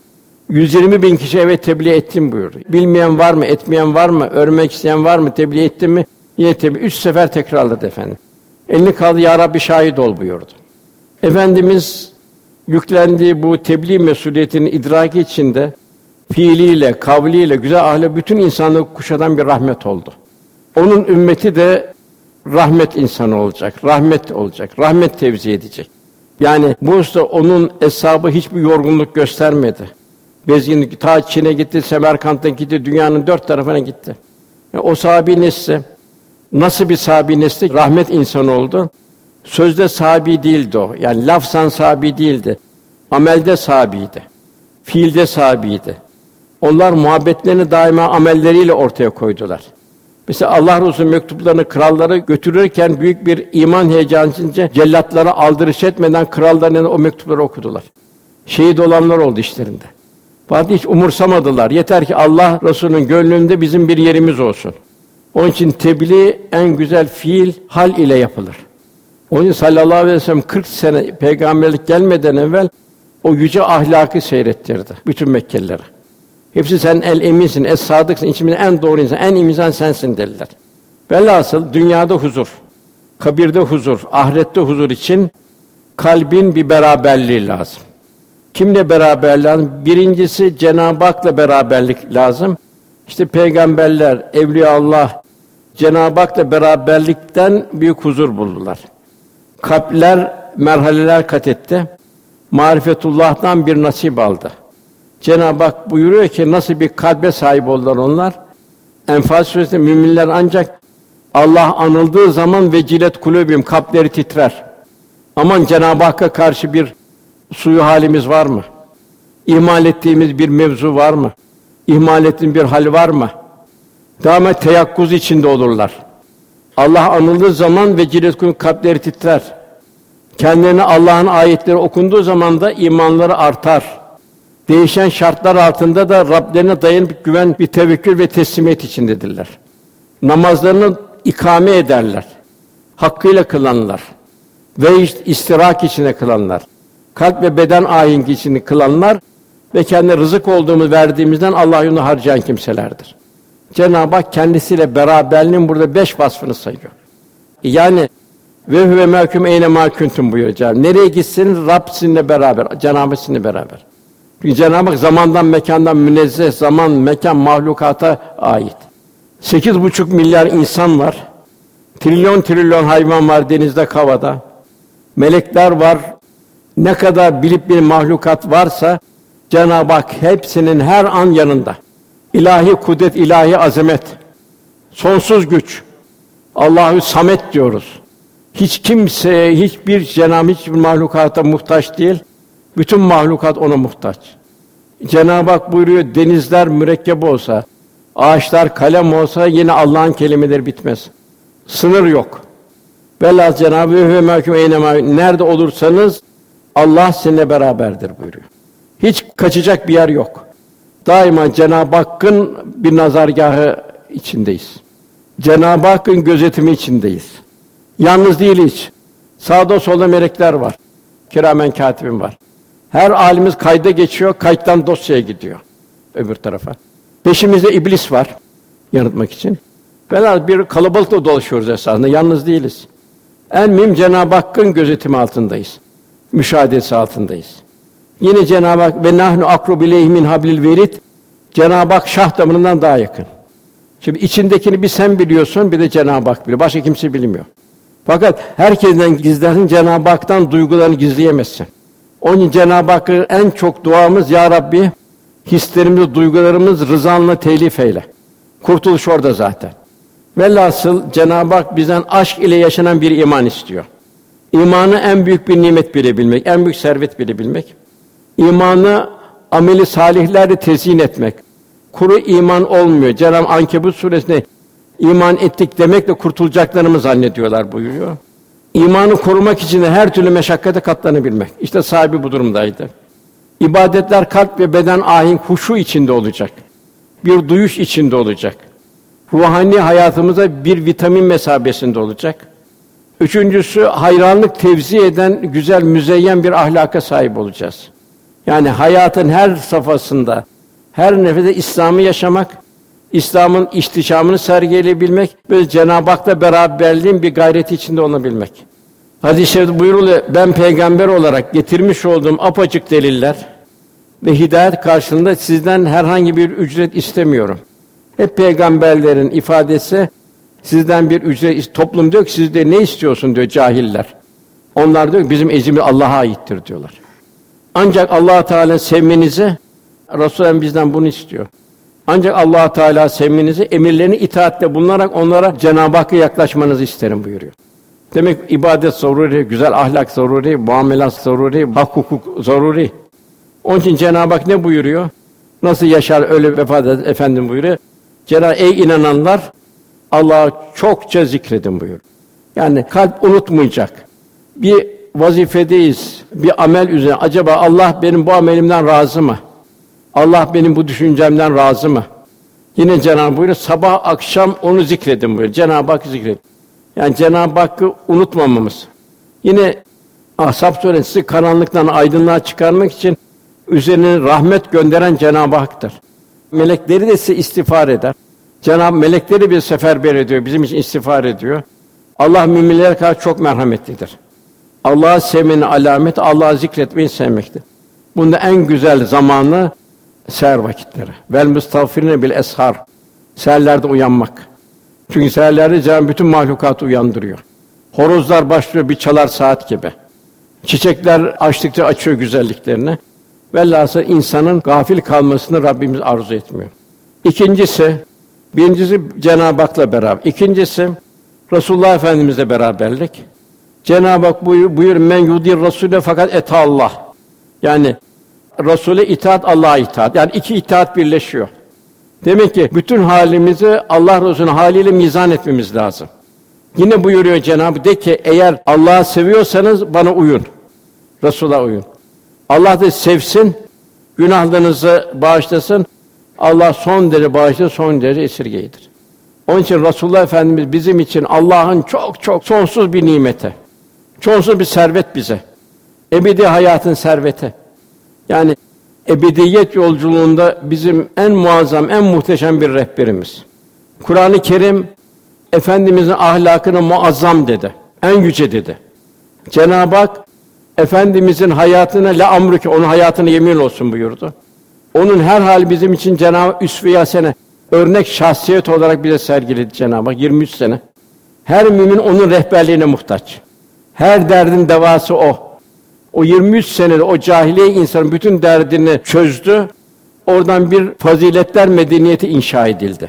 120.000 kişi evet tebliğ ettim buyurdu. Bilmeyen var mı, etmeyen var mı, öğrenmek isteyen var mı, tebliğ ettim mi? Yine tebliğ. 3 sefer tekrarladı efendim. Elini kaldı, ya Rabbi şahit ol buyurdu. Efendimiz yüklendiği bu tebliğ mesuliyetinin idraki içinde fiiliyle, kavliyle, güzel ahlakla bütün insanlığı kuşatan bir rahmet oldu. Onun ümmeti de rahmet insanı olacak, rahmet olacak, rahmet tevzi edecek. Yani bu usta onun eshabı hiçbir yorgunluk göstermedi. Bezginlik, ta Çin'e gitti, Semerkant'a gitti, dünyanın 4 tarafına gitti. O sahabi nesli, nasıl bir sahabi nesli? Rahmet insanı oldu. Sözde sahabi değildi o. Yani lafzan sahabi değildi. Amelde sahabiydi. Fiilde sahabiydi. Onlar muhabbetlerini daima amelleriyle ortaya koydular. Mesela Allah Resulü mektuplarını krallara götürürken büyük bir iman heyecanı içinde cellatlara aldırış etmeden kralların o mektupları okudular. Şehit olanlar oldu işlerinde. Fakat hiç umursamadılar. Yeter ki Allah Resulü'nün gönlünde bizim bir yerimiz olsun. Onun için tebliğ en güzel fiil, hal ile yapılır. Onun için sallallahu aleyhi ve sellem 40 sene peygamberlik gelmeden evvel o yüce ahlakı seyrettirdi bütün Mekkelilere. Hepsi sen el-eminsin, es-sadıksın, içimizde en doğru insan, en emin insan sensin dediler. Velhasıl dünyada huzur, kabirde huzur, ahirette huzur için kalbin bir beraberliği lazım. Kimle beraber lazım? Birincisi Cenab-ı Hak'la beraberlik lazım. İşte peygamberler, evliyaullah Cenab-ı Hak'la beraberlikten büyük huzur buldular. Kalpler merhaleler kat etti. Marifetullah'tan bir nasip aldı. Cenab-ı Hak buyuruyor ki nasıl bir kalbe sahip oldular onlar? Enfal Suresi'nde müminler ancak Allah anıldığı zaman vecilet kulûbihim, kalpleri titrer. Aman Cenab-ı Hakk'a karşı bir suyu halimiz var mı? İhmal ettiğimiz bir mevzu var mı? İhmal ettiğimiz bir hal var mı? Daima teyakkuz içinde olurlar. Allah anıldığı zaman vecilet kulûbihim, kalpleri titrer. Kendilerine Allah'ın ayetleri okunduğu zaman da imanları artar. Değişen şartlar altında da Rablerine dayanıp güven, bir tevekkül ve teslimiyet içindedirler. Namazlarını ikame ederler. Hakkıyla kılanlar ve istirak içinde kılanlar. Kalp ve beden ahengi içinde kılanlar ve kendi rızık olduğumuz verdiğimizden Allah yolunda harcayan kimselerdir. Cenab-ı Hak kendisiyle beraberliğin burada 5 vasfını sayıyor. Yani ve huve mâkûm eyne mâ kuntum buyuruyor. Nereye gitseniz Rabb sizinle beraber, Cenab-ı Hak sizinle beraber. Çünkü Cenab-ı Hak zamandan, mekandan münezzeh, zaman, mekan, mahlukata ait. 8,5 milyar insan var. Trilyon hayvan var denizde, havada. Melekler var. Ne kadar bilip bir mahlukat varsa Cenab-ı Hak hepsinin her an yanında. İlahi kudret, ilahi azamet, sonsuz güç. Allahü Samet diyoruz. Hiç kimseye, hiçbir mahlukata muhtaç değil. Bütün mahlukat ona muhtaç. Cenab-ı Hak buyuruyor, denizler mürekkep olsa, ağaçlar kalem olsa yine Allah'ın kelimeleri bitmez. Sınır yok. Velhâsıl Cenab-ı Hak ve mâkûm eynemâ, nerede olursanız Allah sizinle beraberdir buyuruyor. Hiç kaçacak bir yer yok. Daima Cenab-ı Hakk'ın bir nazargâhı içindeyiz. Cenab-ı Hakk'ın gözetimi içindeyiz. Yalnız değiliz. Sağda solda melekler var. Kiramen kâtibin var. Her alimiz kayda geçiyor, kayıttan dosyaya gidiyor öbür tarafa. Peşimizde iblis var yanıltmak için. Velhâsıl bir kalabalıkla dolaşıyoruz esasında, yalnız değiliz. En mühim Cenab-ı Hakk'ın gözetimi altındayız. Müşahedesi altındayız. Yine Cenab-ı Hak ve nahnu akrabu ileyhi min hablil verid. Cenab-ı Hak şah damarından daha yakın. Şimdi içindekini bir sen biliyorsun, bir de Cenab-ı Hak biliyor. Başka kimse bilmiyor. Fakat herkesten gizlersin, Cenab-ı Hak'tan duygularını gizleyemezsin. Onun için Cenab-ı Hakk'a en çok duamız, Ya Rabbi, hislerimizi, duygularımız rızanla telif eyle. Kurtuluş orada zaten. Velhasıl Cenab-ı Hak bizden aşk ile yaşanan bir iman istiyor. İmanı en büyük bir nimet bilebilmek, en büyük servet bilebilmek. İmanı ameli salihlerle tezyin etmek. Kuru iman olmuyor. Cenab-ı Ankebut suresinde iman ettik demekle kurtulacaklarını zannediyorlar buyuruyor. İmanı korumak için de her türlü meşakkate katlanabilmek. İşte sahibi bu durumdaydı. İbadetler kalp ve beden ahenk, huşu içinde olacak. Bir duyuş içinde olacak. Ruhani hayatımıza bir vitamin mesabesinde olacak. Üçüncüsü, hayranlık tevzi eden güzel, müzeyyen bir ahlaka sahip olacağız. Yani hayatın her safhasında, her nefeste İslam'ı yaşamak, İslam'ın ihtişamını sergileyebilmek ve Cenab-ı Hak'la beraberliğin bir gayreti içinde olabilmek. Hadis-i şerifte buyuruluyor, ben peygamber olarak getirmiş olduğum apaçık deliller ve hidayet karşılığında sizden herhangi bir ücret istemiyorum. Hep peygamberlerin ifadesi, sizden bir ücret, toplum diyor ki, siz de ne istiyorsun diyor cahiller. Onlar diyor ki, bizim ecrimiz Allah'a aittir diyorlar. Ancak Allah Teala sevmenizi, Resulullah bizden bunu istiyor. Ancak Allah Teala sevmenizi, emirlerine itaatle bulunarak onlara Cenab-ı Hakk'a yaklaşmanızı isterim buyuruyor. Demek ibadet zaruri, güzel ahlak zaruri, muamelat zaruri, hak hukuk zaruri. Onun için Cenab-ı Hak ne buyuruyor? Nasıl yaşar öyle vefat eder efendim buyuruyor. Cenab-ı ey inananlar Allah'ı çokça zikredin buyuruyor. Yani kalp unutmayacak. Bir vazifedeyiz, bir amel üzerine. Acaba Allah benim bu amelimden razı mı? Allah benim bu düşüncemden razı mı? Yine Cenab-ı Hak buyuruyor, sabah akşam onu zikredin buyuruyor. Cenab-ı Hakk'ı zikredin. Yani Cenab-ı Hakk'ı unutmamamız. Yine Ahzab suresi karanlıktan aydınlığa çıkarmak için üzerine rahmet gönderen Cenab-ı Hak'tır. Melekleri de size istiğfar eder. Cenab-ı melekleri bir seferber ediyor, bizim için istiğfar ediyor. Allah müminlere karşı çok merhametlidir. Allah'ı sevmenin alameti Allah'ı zikretmeyi sevmektir. Bunda en güzel zamanı seher vakitleri. Vel mustağfirine bil eshar. Seherlerde uyanmak. Çünkü seherlerde Cenab-ı bütün mahlukatı uyandırıyor. Horozlar başlıyor bir çalar saat gibi. Çiçekler açtıkça açıyor güzelliklerini. Velhâsıl insanın gafil kalmasını Rabbimiz arzu etmiyor. Birincisi Cenab-ı Hak'la beraber. İkincisi Resulullah Efendimizle beraberlik. Cenab-ı Hak buyur men yudir Rasûle fakat eta Allah. Yani Rasûle itaat, Allah'a itaat. Yani iki itaat birleşiyor. Demek ki bütün halimizi Allah Resulü'nün haliyle mizan etmemiz lazım. Yine buyuruyor Cenab-ı Hak, de ki eğer Allah'ı seviyorsanız bana uyun. Resûl'a uyun. Allah da sevsin, günahlarınızı bağışlasın. Allah son derece bağışlar, son derece esirgeyidir. Onun için Resulullah Efendimiz bizim için Allah'ın çok sonsuz bir nimeti. Sonsuz bir servet bize. Ebedi hayatın serveti. Yani ebediyet yolculuğunda bizim en muazzam, en muhteşem bir rehberimiz. Kur'an-ı Kerim Efendimizin ahlakını muazzam dedi. En yüce dedi. Cenab-ı Hak Efendimizin hayatına la amruke, onun hayatına yemin olsun buyurdu. Onun her hal bizim için Cenab-ı Hak üsve-i hasene, örnek şahsiyet olarak bize sergiledi Cenab-ı Hak 23 sene. Her mümin onun rehberliğine muhtaç. Her derdin devası o. O 23 senede o cahiliye insanın bütün derdini çözdü. Oradan bir faziletler medeniyeti inşa edildi.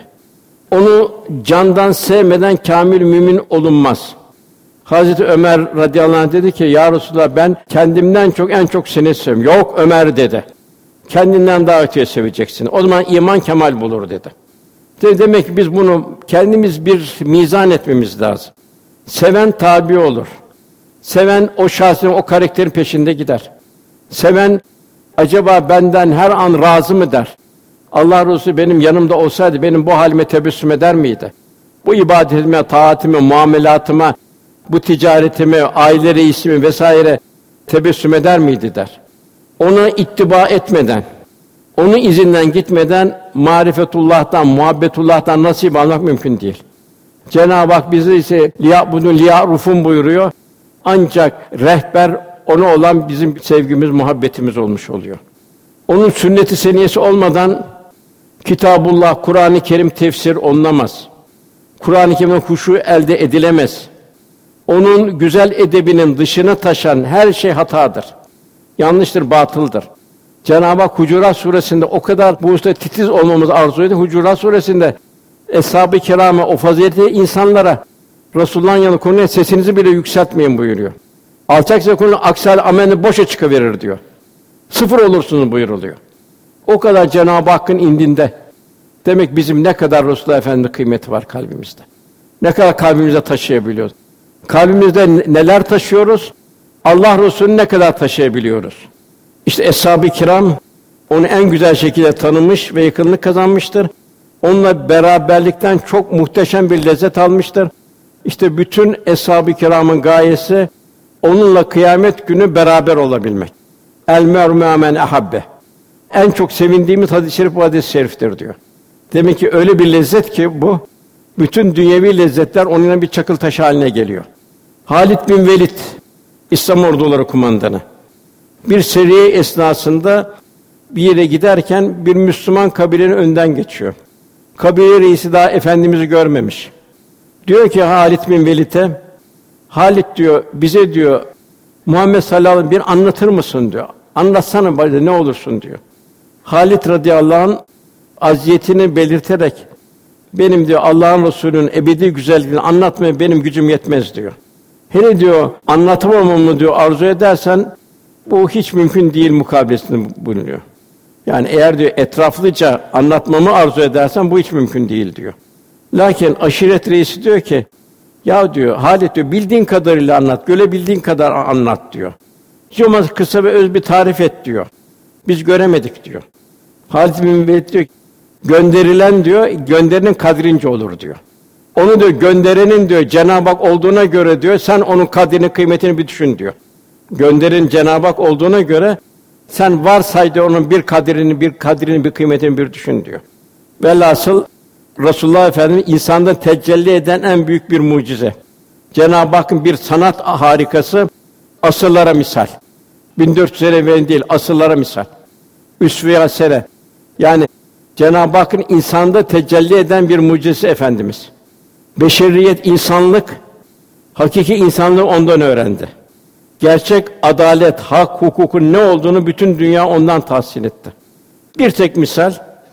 Onu candan sevmeden kâmil mümin olunmaz. Hazreti Ömer radıyallahu anh dedi ki, ya Resulallah ben kendimden en çok seni seviyorum. Yok Ömer dedi. Kendinden daha öteye seveceksin. O zaman iman kemal bulur dedi. Demek ki biz bunu kendimiz bir mizan etmemiz lazım. Seven tabi olur. Seven o şahsın, o karakterin peşinde gider. Seven acaba benden her an razı mı der? Allah Resulü benim yanımda olsaydı benim bu halime tebessüm eder miydi? Bu ibadetime, taatime, muamelatıma, bu ticaretime, aile reisime vesaire tebessüm eder miydi der. Ona ittiba etmeden, onun izinden gitmeden marifetullah'tan, muhabbetullah'tan nasip almak mümkün değil. Cenab-ı Hak bizi ise liya'budun liya'rufun buyuruyor. Ancak rehber ona olan bizim sevgimiz, muhabbetimiz olmuş oluyor. Onun sünnet-i seniyesi olmadan Kitabullah, Kur'an-ı Kerim tefsir olunamaz. Kur'an-ı Kerim'den huşu elde edilemez. Onun güzel edebinin dışına taşan her şey hatadır. Yanlıştır, batıldır. Cenab-ı Hak Hucurat suresinde o kadar bu hususta titiz olmamızı arzu ediyor. Hucurat suresinde Eshab-ı Kirâm'a, o faziletli insanlara Resulullah'ın yanında konuşan sesinizi bile yükseltmeyin buyuruyor. Alçak sesle konuşan aksi hal amelini boşa çıkıverir diyor. Sıfır olursunuz buyuruluyor. O kadar Cenab-ı Hakk'ın indinde. Demek bizim ne kadar Resulullah Efendimiz kıymeti var kalbimizde. Ne kadar kalbimize taşıyabiliyoruz. Kalbimizde neler taşıyoruz? Allah Resulü'nü ne kadar taşıyabiliyoruz? İşte Eshab-ı Kiram onu en güzel şekilde tanımış ve yakınlık kazanmıştır. Onunla beraberlikten çok muhteşem bir lezzet almıştır. İşte bütün Eshab-ı Kiram'ın gayesi onunla kıyamet günü beraber olabilmek. El mer'u me'a men ahabbe. En çok sevindiğimiz hadis-i şerif bu hadis-i şeriftir diyor. Demek ki öyle bir lezzet ki bu, bütün dünyevi lezzetler onunla bir çakıl taşı haline geliyor. Halid bin Velid, İslam orduları kumandanı. Bir seriye esnasında bir yere giderken bir Müslüman kabilenin önden geçiyor. Kabile reisi daha Efendimiz'i görmemiş. Diyor ki Halid bin Velid'e, Halid diyor, bize diyor, Muhammed sallallahu aleyhi ve sellem bir anlatır mısın diyor. Anlatsana bari ne olursun diyor. Halid radıyallahu anh aziyetini belirterek, benim diyor Allah'ın Resulü'nün ebedi güzelliğini anlatmaya benim gücüm yetmez diyor. Hele diyor anlatamamamı diyor arzu edersen bu hiç mümkün değil mukabelesinde bulunuyor. Yani eğer diyor etraflıca anlatmamı arzu edersen bu hiç mümkün değil diyor. Lakin aşiret reisi diyor ki, ya diyor Halid diyor bildiğin kadarıyla anlat, görebildiğin kadar anlat diyor. Hiç olmazsa kısa ve öz bir tarif et diyor. Biz göremedik diyor. Halid bin Velid diyor, gönderilen diyor, gönderinin kadrince olur diyor. Onu diyor gönderenin diyor Cenab-ı Hak olduğuna göre diyor, sen onun kadrini, kıymetini bir düşün diyor. Gönderin Cenab-ı Hak olduğuna göre sen varsay diyor onun bir kadrini, bir kıymetini bir düşün diyor. Velhasıl Resulullah Efendimiz insanda tecelli eden en büyük bir mucize. Cenab-ı Hakk'ın bir sanat harikası, asırlara misal. 1400 sene evvel değil, asırlara misal. Üsve-i hasene. Yani Cenab-ı Hakk'ın insanda tecelli eden bir mucizesi Efendimiz. Beşeriyet, insanlık, hakiki insanlığı ondan öğrendi. Gerçek adalet, hak, hukukun ne olduğunu bütün dünya ondan tahsil etti. Bir tek misal,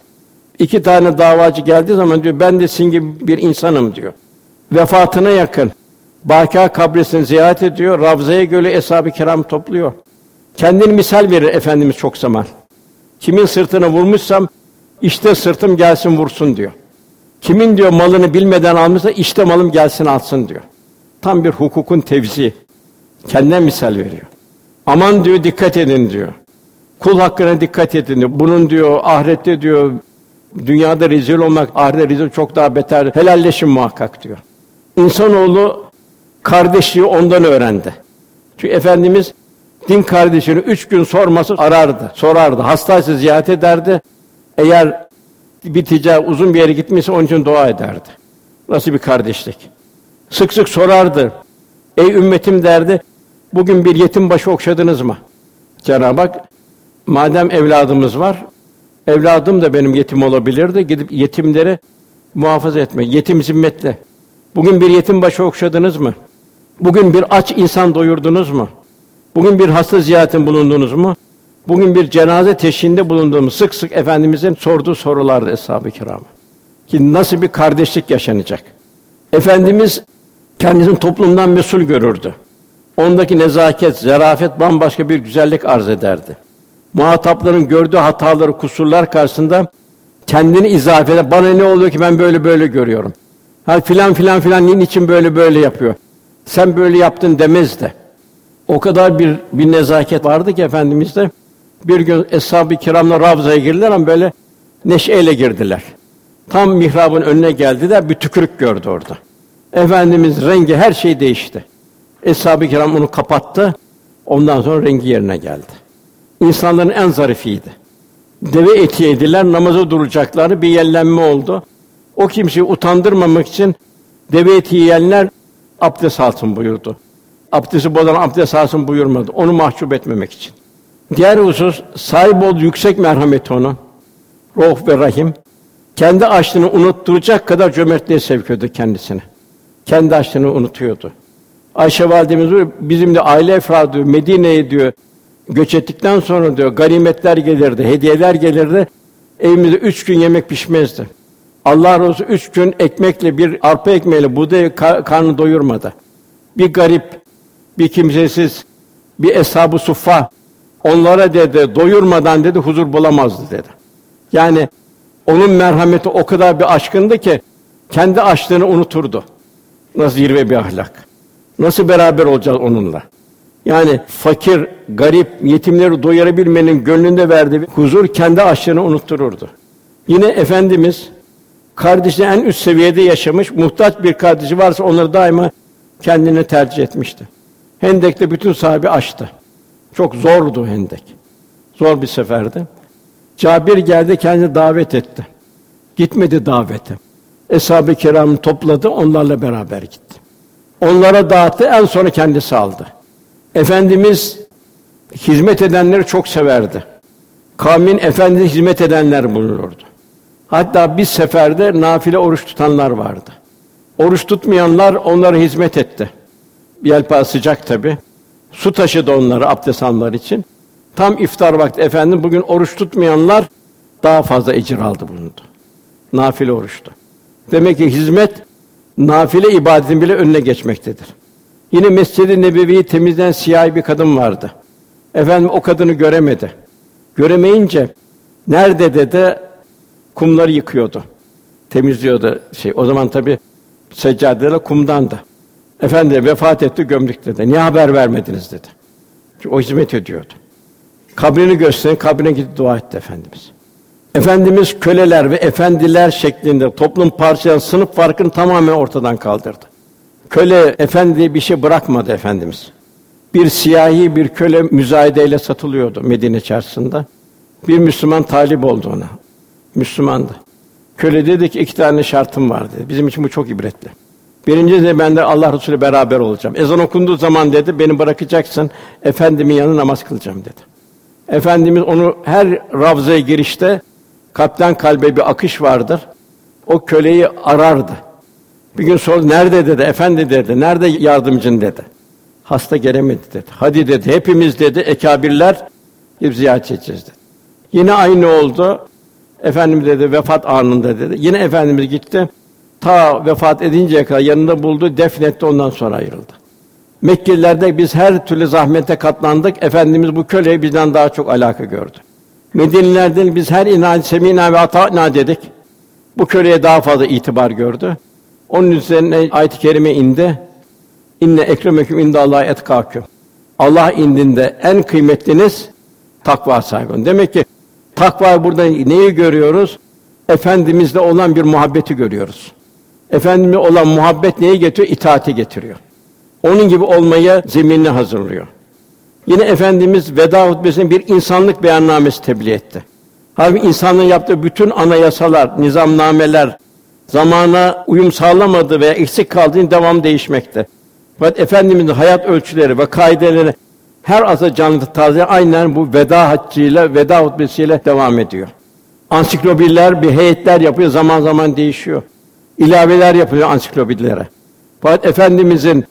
2 tane davacı geldiği zaman diyor, ben de sizin gibi bir insanım diyor. Vefatına yakın, Bâkî kabrisini ziyaret ediyor, Ravza'ya göre eshab-ı kiram topluyor. Kendini misal verir Efendimiz çok zaman. Kimin sırtına vurmuşsam, işte sırtım gelsin vursun diyor. Kimin diyor malını bilmeden almışsa, işte malım gelsin alsın diyor. Tam bir hukukun tevzi. Kendine misal veriyor. Aman diyor, dikkat edin diyor. Kul hakkına dikkat edin diyor. Bunun diyor, ahirette diyor, dünyada rezil olmak, ahirette rezil çok daha beter. Helalleşin muhakkak diyor. İnsanoğlu kardeşliği ondan öğrendi. Çünkü Efendimiz din kardeşini 3 gün sorması arardı, sorardı. Hastaysa ziyaret ederdi. Eğer bir ticaret uzun bir yere gitmişse onun için dua ederdi. Nasıl bir kardeşlik? Sık sık sorardı. Ey ümmetim derdi. Bugün bir yetim başı okşadınız mı? Cenab-ı Hak, madem evladımız var, evladım da benim yetim olabilirdi. Gidip yetimleri muhafaza etmek, yetim zimmetle. Bugün bir yetim başı okşadınız mı? Bugün bir aç insan doyurdunuz mu? Bugün bir hasta ziyaretin bulundunuz mu? Bugün bir cenaze teşhiğinde bulunduğumuz sık sık Efendimizin sorduğu sorulardı eshab-ı kirâma. Ki nasıl bir kardeşlik yaşanacak? Efendimiz kendisini toplumdan mesul görürdü. Ondaki nezaket, zarafet bambaşka bir güzellik arz ederdi. Muhatapların gördüğü hataları, kusurlar karşısında kendini izafe eder. Bana ne oluyor ki ben böyle görüyorum. Ha filan niçin böyle yapıyor? Sen böyle yaptın demezdi. O kadar bir nezaket vardı ki Efendimiz'de. Bir gün eshab-ı kiramla Ravza'ya girdiler ama böyle neşeyle girdiler. Tam mihrabın önüne geldiler, bir tükürük gördü orada. Efendimiz rengi, her şey değişti. Eshab-ı kiram onu kapattı. Ondan sonra rengi yerine geldi. İnsanların en zarifiydi. Deve eti yediler, namaza duracaklardı, bir yellenme oldu. O kimseyi utandırmamak için deve eti yiyenler abdest alsın buyurdu. Abdesti bozan abdest alsın buyurmadı. Onu mahcup etmemek için. Diğer husus, sahip olduğu yüksek merhameti onun. Rauf ve Rahim. Kendi açlığını unutturacak kadar cömertliğe sevk ediyordu kendisini. Kendi açlığını unutuyordu. Ayşe validemiz diyor, bizim de aile efradı Medine'ye diyor göç ettikten sonra diyor ganimetler gelirdi, hediyeler gelirdi. Evimizde 3 gün yemek pişmezdi. Allah razı olsun 3 gün ekmekle, bir arpa ekmeğiyle buğday karnını doyurmadı. Bir garip, bir kimsesiz, bir eshab-ı suffa onlara dedi doyurmadan dedi huzur bulamazdı dedi. Yani onun merhameti o kadar bir aşkındı ki kendi açlığını unuturdu. Nasıl zirve bir ahlak. Nasıl beraber olacağız onunla? Yani fakir, garip, yetimleri doyurabilmenin gönlünde verdiği huzur kendi açlığını unuttururdu. Yine Efendimiz kardeşini en üst seviyede yaşamış, muhtaç bir kardeşi varsa onları daima kendine tercih etmişti. Hendek'te bütün sahabe açtı. Çok zordu Hendek. Zor bir seferdi. Cabir geldi, kendini davet etti. Gitmedi davete. Eshab-ı kiramı topladı, onlarla beraber gitti. Onlara dağıttı, en sonra kendisi aldı. Efendimiz hizmet edenleri çok severdi. Kavmin Efendimiz'e hizmet edenler bulunurdu. Hatta bir seferde nafile oruç tutanlar vardı. Oruç tutmayanlar onlara hizmet etti. Yelpaze sıcak tabii. Su taşıdı onları abdest almaları için. Tam iftar vakti efendim bugün oruç tutmayanlar daha fazla ecir aldı bulundu. Nafile oruçtu. Demek ki hizmet nafile ibadetin bile önüne geçmektedir. Yine Mescid-i Nebevi'yi temizleyen siyahi bir kadın vardı. Efendim o kadını göremedi. Göremeyince nerede dedi, kumları yıkıyordu. Temizliyordu O zaman tabii seccadeler kumdandı. Efendi vefat etti, gömdük dedi. Niye haber vermediniz dedi. Çünkü o hizmet ediyordu. Kabrini gösterin, kabrine gidip dua etti Efendimiz. Efendimiz köleler ve efendiler şeklinde toplum parçalayan sınıf farkını tamamen ortadan kaldırdı. Köle, efendi diye bir şey bırakmadı Efendimiz. Bir siyahi bir köle müzayedeyle satılıyordu Medine çarşısında. Bir Müslüman talip oldu ona. Müslümandı. Köle dedi ki 2 tane şartım var dedi. Bizim için bu çok ibretli. Birincisi de ben de Allah Resulü beraber olacağım. Ezan okunduğu zaman dedi beni bırakacaksın. Efendimin yanında namaz kılacağım dedi. Efendimiz onu her ravzaya girişte kalpten kalbe bir akış vardır. O köleyi arardı. Bir gün sordu, nerede dedi, efendi dedi, nerede yardımcın dedi. Hasta gelemedi dedi. Hadi dedi, hepimiz dedi, ekâbirler gidip ziyaret edeceğiz dedi. Yine aynı oldu. Efendimiz dedi, vefat anında dedi. Yine Efendimiz gitti. Ta vefat edinceye kadar yanında buldu, defnetti, ondan sonra ayrıldı. Mekkeliler biz her türlü zahmete katlandık. Efendimiz bu köleye bizden daha çok alaka gördü. Medinelilerden biz her inâ semînâ ve atâ'nâ dedik. Bu köleye daha fazla itibar gördü. Onun üzerine ayet-i kerime indi. İnne ekremeküm indallâhi etkâküm. Allah indinde en kıymetliniz takva sahibi. Demek ki takva burada neyi görüyoruz? Efendimizle olan bir muhabbeti görüyoruz. Efendimizle olan muhabbet neyi getiriyor? İtaati getiriyor. Onun gibi olmaya zeminini hazırlıyor. Yine Efendimiz veda hutbesinde bir insanlık beyannamesi tebliğ etti. Halbuki insanlığın yaptığı bütün anayasalar, nizamnameler zamana uyum sağlamadığı veya eksik kaldığında devam değişmekte. Fakat Efendimiz'in hayat ölçüleri ve kaideleri her asır canlı taze aynen bu veda haccıyla, veda hutbesiyle devam ediyor. Ansiklopediler, bir heyetler yapıyor, zaman zaman değişiyor. İlaveler yapılıyor ansiklopedilere. Fakat Efendimiz'in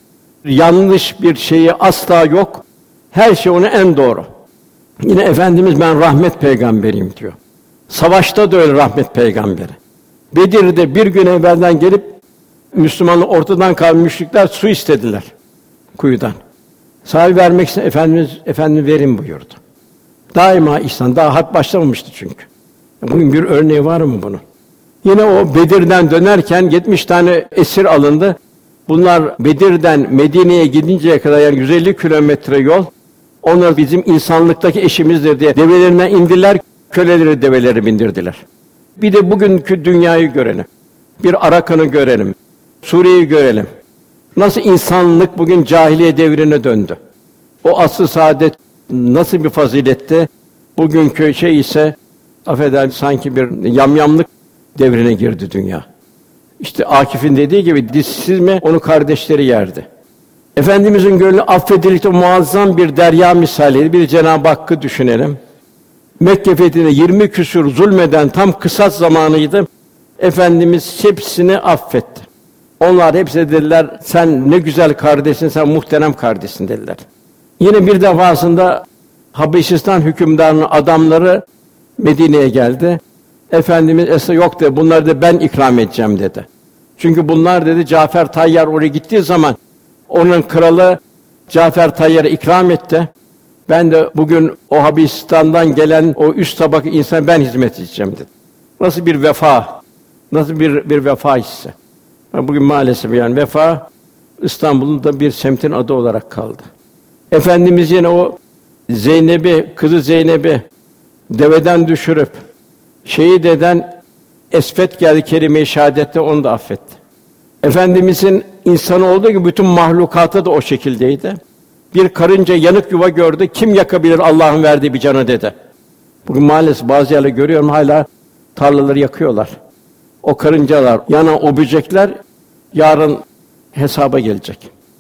yanlış bir şeyi asla yok. Her şey onun en doğru. Yine Efendimiz ben rahmet peygamberiyim diyor. Savaşta da öyle rahmet peygamberi. Bedir'de bir gün evvelden gelip Müslümanlar ortadan kalan müşrikler su istediler kuyudan. Sahibi vermek için Efendimiz verin buyurdu. Daima ihsan, daha harp başlamamıştı çünkü. Bugün bir örneği var mı bunun? Yine o Bedir'den dönerken 70 tane esir alındı. Bunlar Bedir'den Medine'ye gidinceye kadar yani 150 kilometre yol. Onlar bizim insanlıktaki eşimizdir diye develerinden indiler, köleleri develeri bindirdiler. Bir de bugünkü dünyayı görelim. Bir Arakan'ı görelim. Suriye'yi görelim. Nasıl insanlık bugün cahiliye devrine döndü. O asr-ı saadet nasıl bir faziletti? Bugünkü ise affedersiniz sanki bir yamyamlık devrine girdi dünya. İşte Akif'in dediği gibi dişsiz mi onu kardeşleri yerdi. Efendimizin gönlü affedilikte muazzam bir derya misaliydi. Bir Cenab-ı Hakk'ı düşünelim. Mekke fethinde 20 küsur zulmeden tam kısas zamanıydı. Efendimiz hepsini affetti. Onlar hepsi dediler, sen ne güzel kardeşsin, sen muhterem kardeşsin dediler. Yine bir defasında Habeşistan hükümdarının adamları Medine'ye geldi. Efendimiz yok dedi, bunları da ben ikram edeceğim dedi. Çünkü bunlar dedi, Cafer Tayyar oraya gittiği zaman onun kralı Cafer Tayyar'a ikram etti. Ben de bugün o Habeşistan'dan gelen o üst tabaka insan ben hizmet edeceğim dedi. Nasıl bir vefa, nasıl bir vefa hissi. Bugün maalesef yani vefa İstanbul'un da bir semtin adı olarak kaldı. Efendimiz yine o kızı Zeynep'i deveden düşürüp şehit eden Esfet geldi kelime-i şehadette onu da affetti. Efendimizin insanı olduğu gibi bütün mahlukatı da o şekildeydi. Bir karınca yanık yuva gördü. Kim yakabilir Allah'ın verdiği bir canı dedi. Bugün maalesef bazı yerleri görüyorum, hala tarlaları yakıyorlar. O karıncalar, yanan o böcekler yarın hesaba gelecek.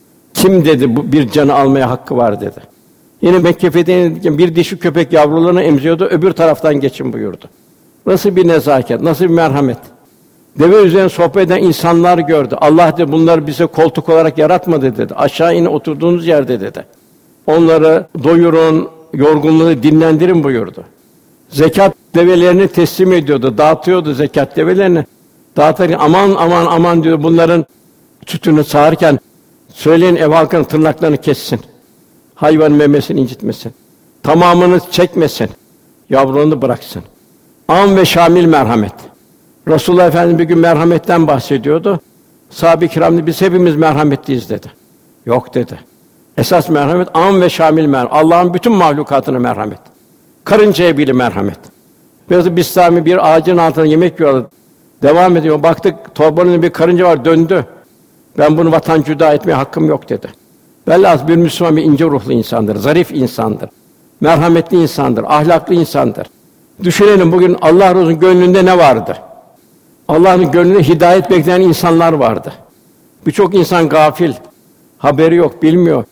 Kim dedi bu bir canı almaya hakkı var dedi. Yine Mekke fethedilirken bir dişi köpek yavrularını emziyordu, öbür taraftan geçin buyurdu. Nasıl bir nezaket, nasıl bir merhamet. Deve üzerine sohbet eden insanlar gördü. Allah dedi bunları bize koltuk olarak yaratmadı dedi. Aşağı in oturduğunuz yerde dedi. Onları doyurun, yorgunluğu dinlendirin buyurdu. Zekat develerini teslim ediyordu, dağıtıyordu zekat develerini. Dağıtırken aman diyor, bunların sütünü sağarken söyleyin ev halkının tırnaklarını kessin. Hayvan memesini incitmesin. Tamamını çekmesin. Yavrunu bıraksın. Am ve şamil merhamet. Resulullah Efendimiz bir gün merhametten bahsediyordu. Sahabe-i kiram dedi, biz hepimiz merhametliyiz dedi. Yok dedi. Esas merhamet am ve şamil merhamet. Allah'ın bütün mahlukatına merhamet. Karıncaya bile merhamet. Biraz Bistami bir ağacın altında yemek yiyordu. Devam ediyor. Baktık torbanın bir karınca var, döndü. Ben bunu vatan cüda etmeye hakkım yok dedi. Velhâsıl bir Müslüman bir ince ruhlu insandır, zarif insandır, merhametli insandır, ahlaklı insandır. Düşünelim bugün Allah Resulü'nün gönlünde ne vardı? Allah'ın gönlünde hidayet bekleyen insanlar vardı. Birçok insan gafil, haberi yok, bilmiyor.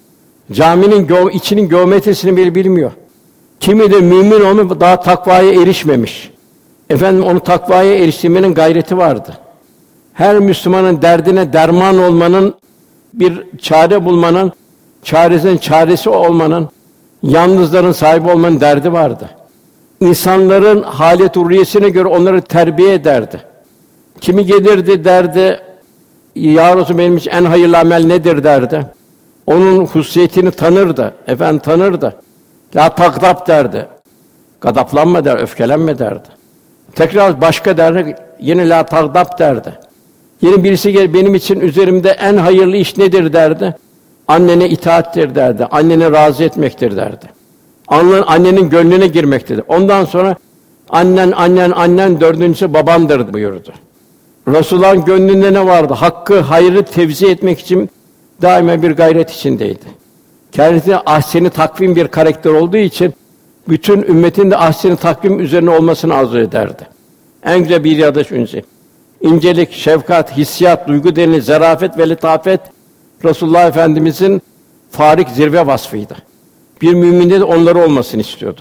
Caminin içinin geometrisini bile bilmiyor. Kimi de mümin olmuş, daha takvaya erişmemiş. Efendim onu takvaya eriştirmenin gayreti vardı. Her Müslümanın derdine derman olmanın, bir çare bulmanın, çaresinin çaresi olmanın, yalnızların sahibi olmanın derdi vardı. İnsanların hâlet ruhiyesine göre onları terbiye ederdi. Kimi gelirdi derdi, ya Resulallah benim için en hayırlı amel nedir derdi. Onun hususiyetini tanırdı, tanırdı. La takdap derdi. Gadaplanma der, öfkelenme derdi. Tekrar başka derdi, yine la takdap derdi. Yine birisi gelir, benim için üzerimde en hayırlı iş nedir derdi. Annene itaattir derdi, anneni razı etmektir derdi. Annenin gönlüne girmektir. Ondan sonra annen, dördüncüsü babandır buyurdu. Resulullah'ın gönlünde ne vardı? Hakkı, hayrı tevzi etmek için daima bir gayret içindeydi. Kendisi ahsen-i takvim bir karakter olduğu için bütün ümmetin de ahsen-i takvim üzerine olmasını arzu ederdi. En güzel bir yadaş ünsi. İncelik, şefkat, hissiyat, duygu derinliği, zarafet ve letafet Resulullah Efendimizin farik zirve vasfıydı. Bir müminde de onları olmasını istiyordu.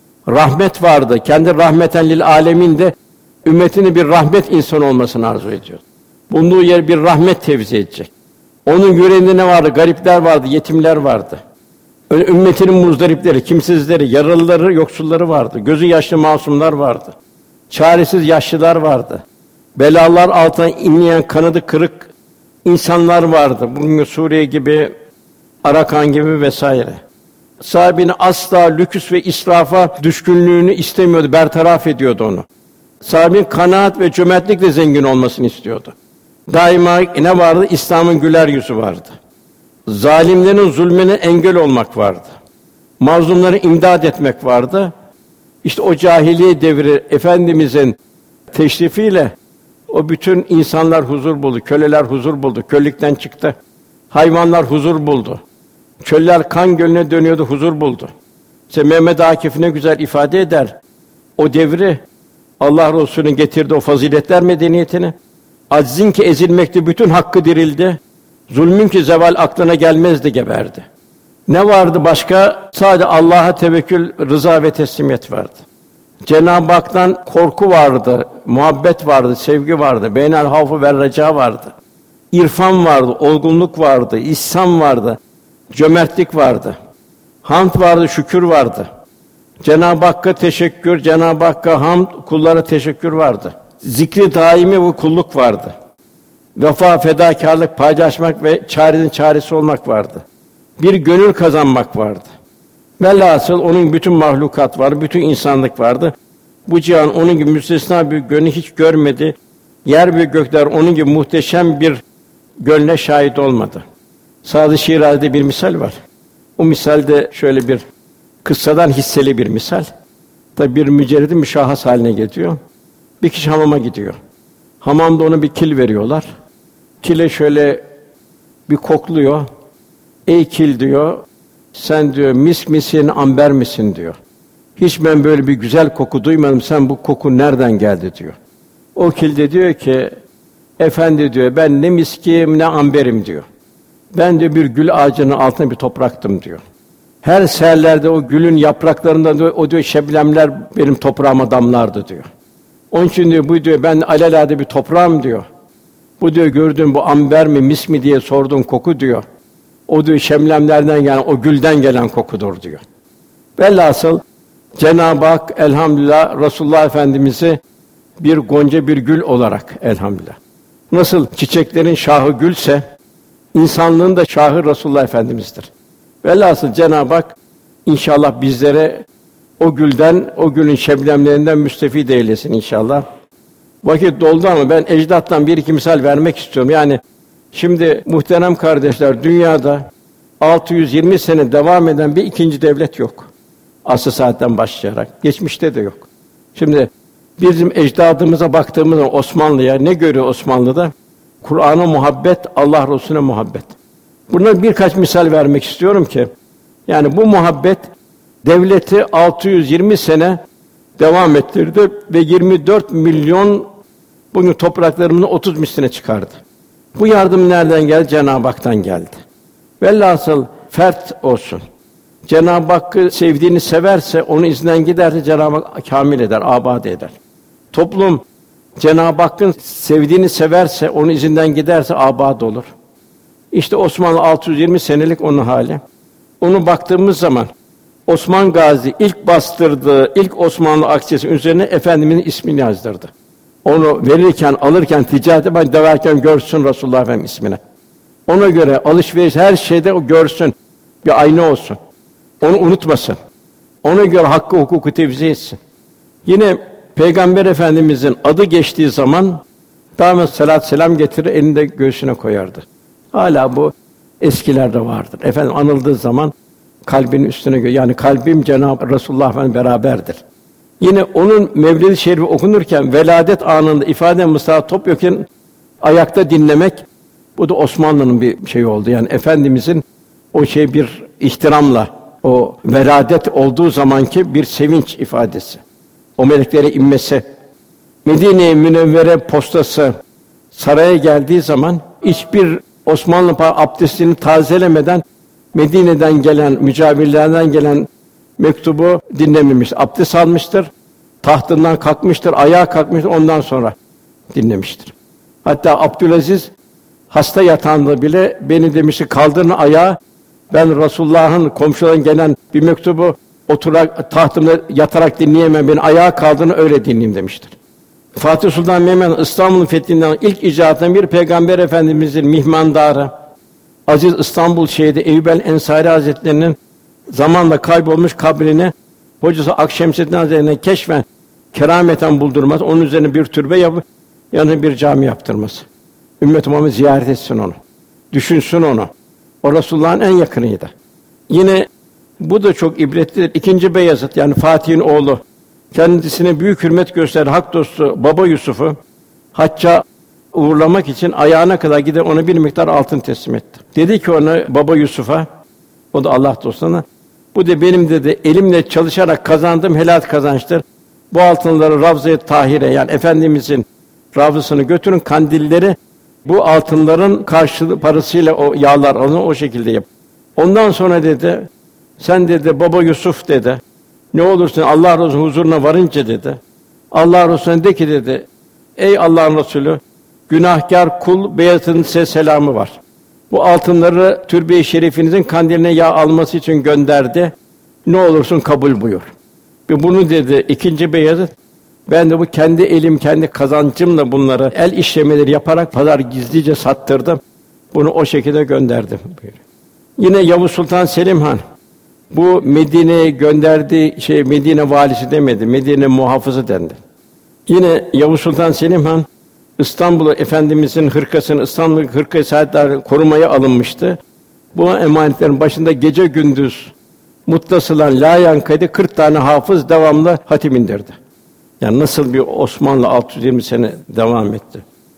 Rahmet vardı. Kendi rahmeten lil âleminde ümmetine bir rahmet insanı olmasını arzu ediyordu. Bulunduğu yer bir rahmet tevzi edecek. Onun yüreğinde ne vardı? Garipler vardı, yetimler vardı. Ümmetinin muzdaripleri, kimsizleri, yaralıları, yoksulları vardı. Gözü yaşlı masumlar vardı. Çaresiz yaşlılar vardı. Belalar altına inleyen, kanadı kırık insanlar vardı. Bugün Suriye gibi, Arakan gibi vesaire. Sahibini asla lüküs ve israfa düşkünlüğünü istemiyordu, bertaraf ediyordu onu. Sahibinin kanaat ve cömertlikle zengin olmasını istiyordu. Daima ne vardı? İslam'ın güler yüzü vardı. Zalimlerin zulmüne engel olmak vardı. Mazlumları imdad etmek vardı. İşte o cahiliye devri Efendimizin teşrifiyle o bütün insanlar huzur buldu, köleler huzur buldu, kölelikten çıktı. Hayvanlar huzur buldu. Çöller kan gölüne dönüyordu, huzur buldu. İşte Mehmed Akif ne güzel ifade eder. O devri Allah Resulü'nün getirdiği o faziletler medeniyetini, aczin ki ezilmekte bütün hakkı dirildi, zulmün ki zeval aklına gelmezdi geberdi. Ne vardı başka? Sadece Allah'a tevekkül, rıza ve teslimiyet vardı. Cenab-ı Hak'tan korku vardı, muhabbet vardı, sevgi vardı, beynel havfu ve reca vardı. İrfan vardı, olgunluk vardı, ihsan vardı, cömertlik vardı. Hamd vardı, şükür vardı. Cenab-ı Hakk'a teşekkür, Cenab-ı Hakk'a hamd, kullara teşekkür vardı. Zikri daimi ve kulluk vardı. Vefa, fedakârlık, paylaşmak ve çarenin çaresi olmak vardı. Bir gönül kazanmak vardı. Velhasıl onun bütün mahlukat vardı, bütün insanlık vardı. Bu cihan onun gibi müstesna bir gönlü hiç görmedi. Yer ve gökler onun gibi muhteşem bir gönle şahit olmadı. Sâd-ı Şirazi'de bir misal var. O misalde şöyle bir kıssadan hisseli bir misal. Tabi bir mücerridi müşahhas haline getiriyor. Bir kişi hamama gidiyor. Hamamda ona bir kil veriyorlar. Kile şöyle bir kokluyor. Ey kil diyor, sen diyor misk misin, amber misin diyor. Hiç ben böyle bir güzel koku duymadım. Sen bu koku nereden geldi diyor. O kilde diyor ki, efendi diyor, ben ne miskim ne amberim diyor. Ben de bir gül ağacının altında bir topraktım diyor. Her seherlerde o gülün yapraklarından diyor, o diyor şebnemler benim toprağıma damlardı diyor. Onun için diyor, bu diyor, ben alelade bir toprağım diyor. Bu diyor, gördüğün bu amber mi, mis mi diye sorduğun koku diyor. O diyor, şebnemlerden gelen, o gülden gelen kokudur diyor. Velhasıl Cenab-ı Hak elhamdülillah Resulullah Efendimiz'i bir gonca bir gül olarak elhamdülillah. Nasıl çiçeklerin şahı gülse, insanlığın da şahı Resulullah Efendimiz'dir. Velhasıl Cenab-ı Hak inşallah bizlere o gülden, o gülün şebnemlerinden müstefid eylesin inşallah. Vakit doldu ama ben ecdattan bir iki misal vermek istiyorum. Yani şimdi muhterem kardeşler, dünyada 620 sene devam eden bir ikinci devlet yok. Asr-ı Saadet'ten başlayarak. Geçmişte de yok. Şimdi bizim ecdadımıza baktığımız zaman Osmanlı'ya ne görüyor Osmanlı'da? Kur'an'a muhabbet, Allah Resulüne muhabbet. Buna birkaç misal vermek istiyorum ki, yani bu muhabbet devleti 620 sene devam ettirdi ve 24 milyon bugün topraklarımızın 30 misline çıkardı. Bu yardım nereden geldi? Cenab-ı Hak'tan geldi. Velhasıl fert olsun. Cenab-ı Hakk'ı sevdiğini severse, onun izinden giderse Cenab-ı Hak kâmil eder, âbâd eder. Toplum Cenab-ı Hakk'ın sevdiğini severse, onun izinden giderse âbâd olur. İşte Osmanlı 620 senelik onun hali. Onu baktığımız zaman Osman Gazi ilk bastırdığı ilk Osmanlı akçesinin üzerine Efendimiz'in ismini yazdırdı. Onu verirken, alırken, ticarete döverken görsün Resulullah Efendimiz ismini. Ona göre alışveriş her şeyde o görsün, bir ayna olsun. Onu unutmasın. Ona göre hakkı, hukuku tevzi etsin. Yine Peygamber Efendimiz'in adı geçtiği zaman daima salat selam getirir, elini de göğsüne koyardı. Hala bu eskilerde vardır. Efendim anıldığı zaman kalbinin üstüne yani kalbim Cenab-ı Resulullah Efendimiz beraberdir. Yine onun Mevlid-i Şerifi okunurken veladet anında ifade Mustafa Topyekun ayakta dinlemek, bu da Osmanlı'nın bir şeyi oldu. Yani Efendimizin o bir ihtiramla o veladet olduğu zamanki bir sevinç ifadesi. O meleklere inmesi. Medine-i Münevvere postası saraya geldiği zaman hiçbir Osmanlı abdestini tazelemeden Medine'den gelen, mücavirlerden gelen mektubu dinlememiş. Abdest almıştır, tahtından kalkmıştır, ayağa kalkmıştır, ondan sonra dinlemiştir. Hatta Abdülaziz hasta yatağında bile beni demişti, kaldırın ayağa, ben Resulullah'ın komşularından gelen bir mektubu oturarak tahtımda yatarak dinleyemem, beni ayağa kaldırın öyle dinleyeyim demiştir. Fatih Sultan Mehmet İstanbul'un fethinden ilk icraatından bir Peygamber Efendimizin mihmandarı Aziz İstanbul Şehidi Eyyub el-Ensari Hazretleri'nin zamanla kaybolmuş kabrini hocası Akşemseddin Hazretleri'ne keşfen kerameten buldurması, onun üzerine bir türbe yapıp yanına bir cami yaptırması. Ümmet-i Muhammed ziyaret etsin onu. Düşünsün onu. O Resulullah'ın en yakınıydı. Yine bu da çok ibretlidir. İkinci Beyazıt yani Fatih'in oğlu kendisine büyük hürmet gösteren hak dostu Baba Yusuf'u hacca uğurlamak için ayağına kadar gidip ona bir miktar altın teslim etti. Dedi ki ona Baba Yusuf'a, o da Allah dostuna, bu da benim dedi elimle çalışarak kazandığım helal kazançtır. Bu altınları Ravza-i Tahire yani Efendimizin ravzasına götürün, kandilleri bu altınların karşılığı parasıyla o yağlar alın, o şekilde yap. Ondan sonra dedi, sen dedi Baba Yusuf dedi, ne olursun Allah Resulü'nün huzuruna varınca dedi, Allah Resulü'ne de ki dedi, ey Allah'ın Resulü, günahkar kul Beyazıt'ın size selamı var. Bu altınları türbe-i şerifinizin kandiline yağ alması için gönderdi. Ne olursun kabul buyur. Ve bunu dedi ikinci Beyazıt, ben de bu kendi elim, kendi kazancımla bunları el işlemeleri yaparak pazar gizlice sattırdım. Bunu o şekilde gönderdim buyuruyor. Yine Yavuz Sultan Selim Han bu Medine'ye gönderdiği Medine valisi demedi, Medine muhafızı dendi. Yine Yavuz Sultan Selim Han İstanbul'u Efendimizin hırkasını, İstanbul hırka-i saadetler korumaya alınmıştı. Bu emanetlerin başında gece gündüz muttasılan la yankaydı 40 tane hafız devamlı hatim indirdi. Yani nasıl bir Osmanlı 620 sene devam etti.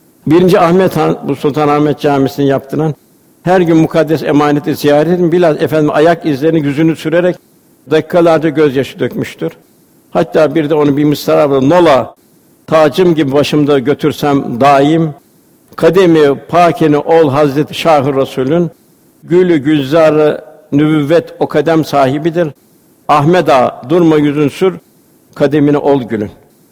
1. Ahmet Han bu Sultanahmet Camisi'ni yaptıran her gün mukaddes emaneti ziyaret edin. Bilhassa efendim ayak izlerini yüzünü sürerek dakikalarca gözyaşı dökmüştür. Hatta bir de onu bir mısrağıyla nola tacım gibi başımda götürsem daim kademi pakini ol Hazreti Şah-ı Resulün gülü gülzarı nübüvvet o kadem sahibidir. Ahmed Ağa durma yüzün sür kademine ol gülün.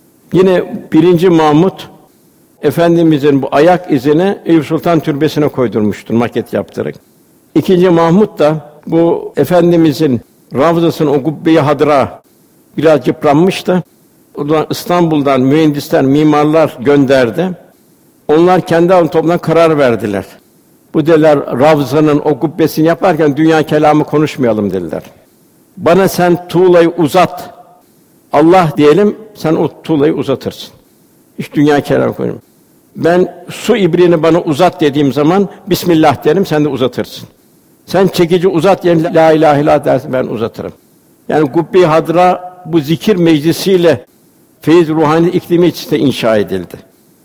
Yine 1. Mahmud Efendimizin bu ayak izini Eyüp Sultan Türbesi'ne koydurmuştur maket yaptırarak. 2. Mahmud da bu Efendimizin Ravzası'nın o kubbe-i hadra biraz yıpranmıştı. O zaman İstanbul'dan mühendisler, mimarlar gönderdi. Onlar kendi aralarında toplanıp karar verdiler. Bu dediler Ravza'nın o kubbesini yaparken dünya kelamı konuşmayalım dediler. Bana sen tuğlayı uzat. Allah diyelim, sen o tuğlayı uzatırsın. Hiç dünya kelamı konuşma. Ben su ibrini bana uzat dediğim zaman Bismillah derim, sen de uzatırsın. Sen çekici uzat yerine la ilahe illallah dersin, ben uzatırım. Yani kubbe-i hadra bu zikir meclisiyle feyiz ruhani iklimi içinde inşa edildi.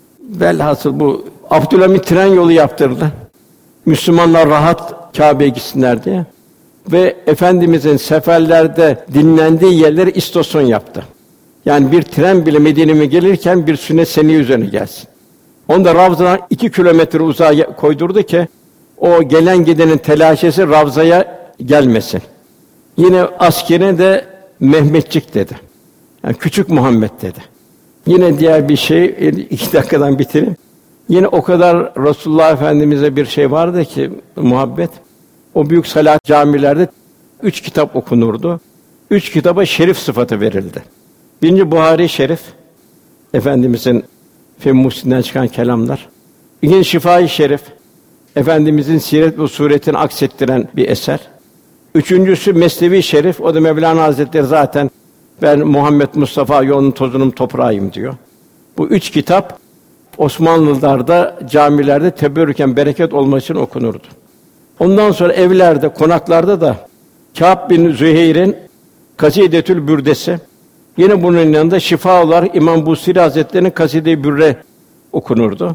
Velhasıl bu Abdülhamit tren yolu yaptırdı. Müslümanlar rahat Kâbe'ye gitsinler diye. Ve Efendimizin seferlerde dinlendiği yerleri istasyon yaptı. Yani bir tren bile Medine'ye gelirken bir sünnet seniyye üzerine gelsin. Onu da Ravza'dan 2 kilometre uzağa koydurdu ki o gelen gidenin telaşesi Ravza'ya gelmesin. Yine askere de Mehmetçik dedi. Yani küçük Muhammed dedi. Yine diğer bir şey 2 dakikadan bitireyim. Yine o kadar Resulullah Efendimize bir şey vardı ki muhabbet. O büyük salat camilerde 3 kitap okunurdu. 3 kitaba şerif sıfatı verildi. 1. Buhari Şerif, Efendimizin Fehmi Muhsin'den çıkan kelamlar. 2. Şifa-i Şerif, Efendimizin siret ve suretini aksettiren bir eser. 3.'sü Mesnevi Şerif, o da Mevlana Hazretleri zaten ben Muhammed Mustafa yolunun tozunum toprağıyım diyor. Bu 3 kitap Osmanlılarda camilerde teberrüken bereket olması için okunurdu. Ondan sonra evlerde, konaklarda da Kâb bin Züheyr'in Kasidetül Bürdesi, yine bunun yanında şifa olarak İmam Busiri Hazretleri'nin Kaside-i Bürre okunurdu.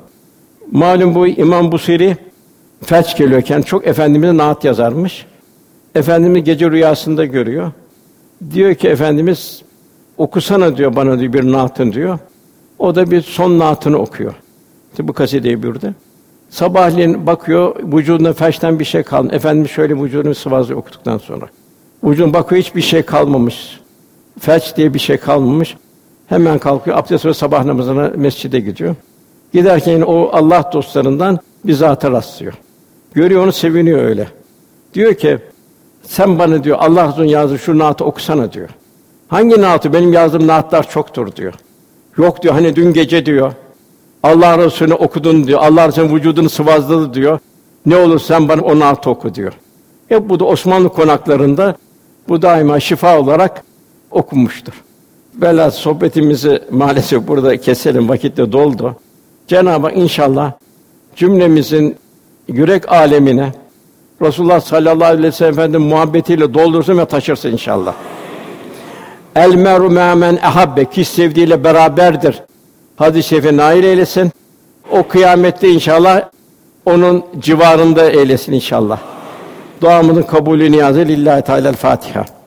Malum bu İmam Busiri felç geliyorken çok Efendimiz'e naat yazarmış. Efendimiz gece rüyasında görüyor. Diyor ki Efendimiz okusana diyor bana diyor bir naatın diyor. O da bir son naatını okuyor. İşte bu Kaside-i Bürde. Sabahleyin bakıyor vücudunda felçten bir şey kalmamış. Efendimiz şöyle vücudunu sıvazlıyor okuduktan sonra. Vücuduna bakıyor hiçbir şey kalmamış. Felç diye bir şey kalmamış. Hemen kalkıyor, abdest ve sabah namazına mescide gidiyor. Giderken o Allah dostlarından bir zata rastlıyor. Görüyor onu, seviniyor öyle. Diyor ki, sen bana diyor Allah Resulü'nün yazdığı şu naatı okusana diyor. Hangi naatı? Benim yazdığım naatlar çoktur diyor. Yok diyor, hani dün gece diyor. Allah Resulü'nü okudun diyor. Allah Resulü'nün vücudunu sıvazladı diyor. Ne olur sen bana o naatı oku diyor. Bu da Osmanlı konaklarında bu daima şifa olarak okunmuştur. Velhâsıl sohbetimizi maalesef burada keselim, vakit de doldu. Cenab-ı Hak inşallah cümlemizin yürek alemine Resulullah sallallahu aleyhi ve sellem Efendimiz'in muhabbetiyle doldursun ve taşırsın inşallah. El meru me'men ehabbe, kişi sevdiğiyle beraberdir. Hadis-i şerife nail eylesin. O kıyamette inşallah onun civarında eylesin inşallah. Duamızın kabulü niyazı lillahi teâlâ. Fatiha.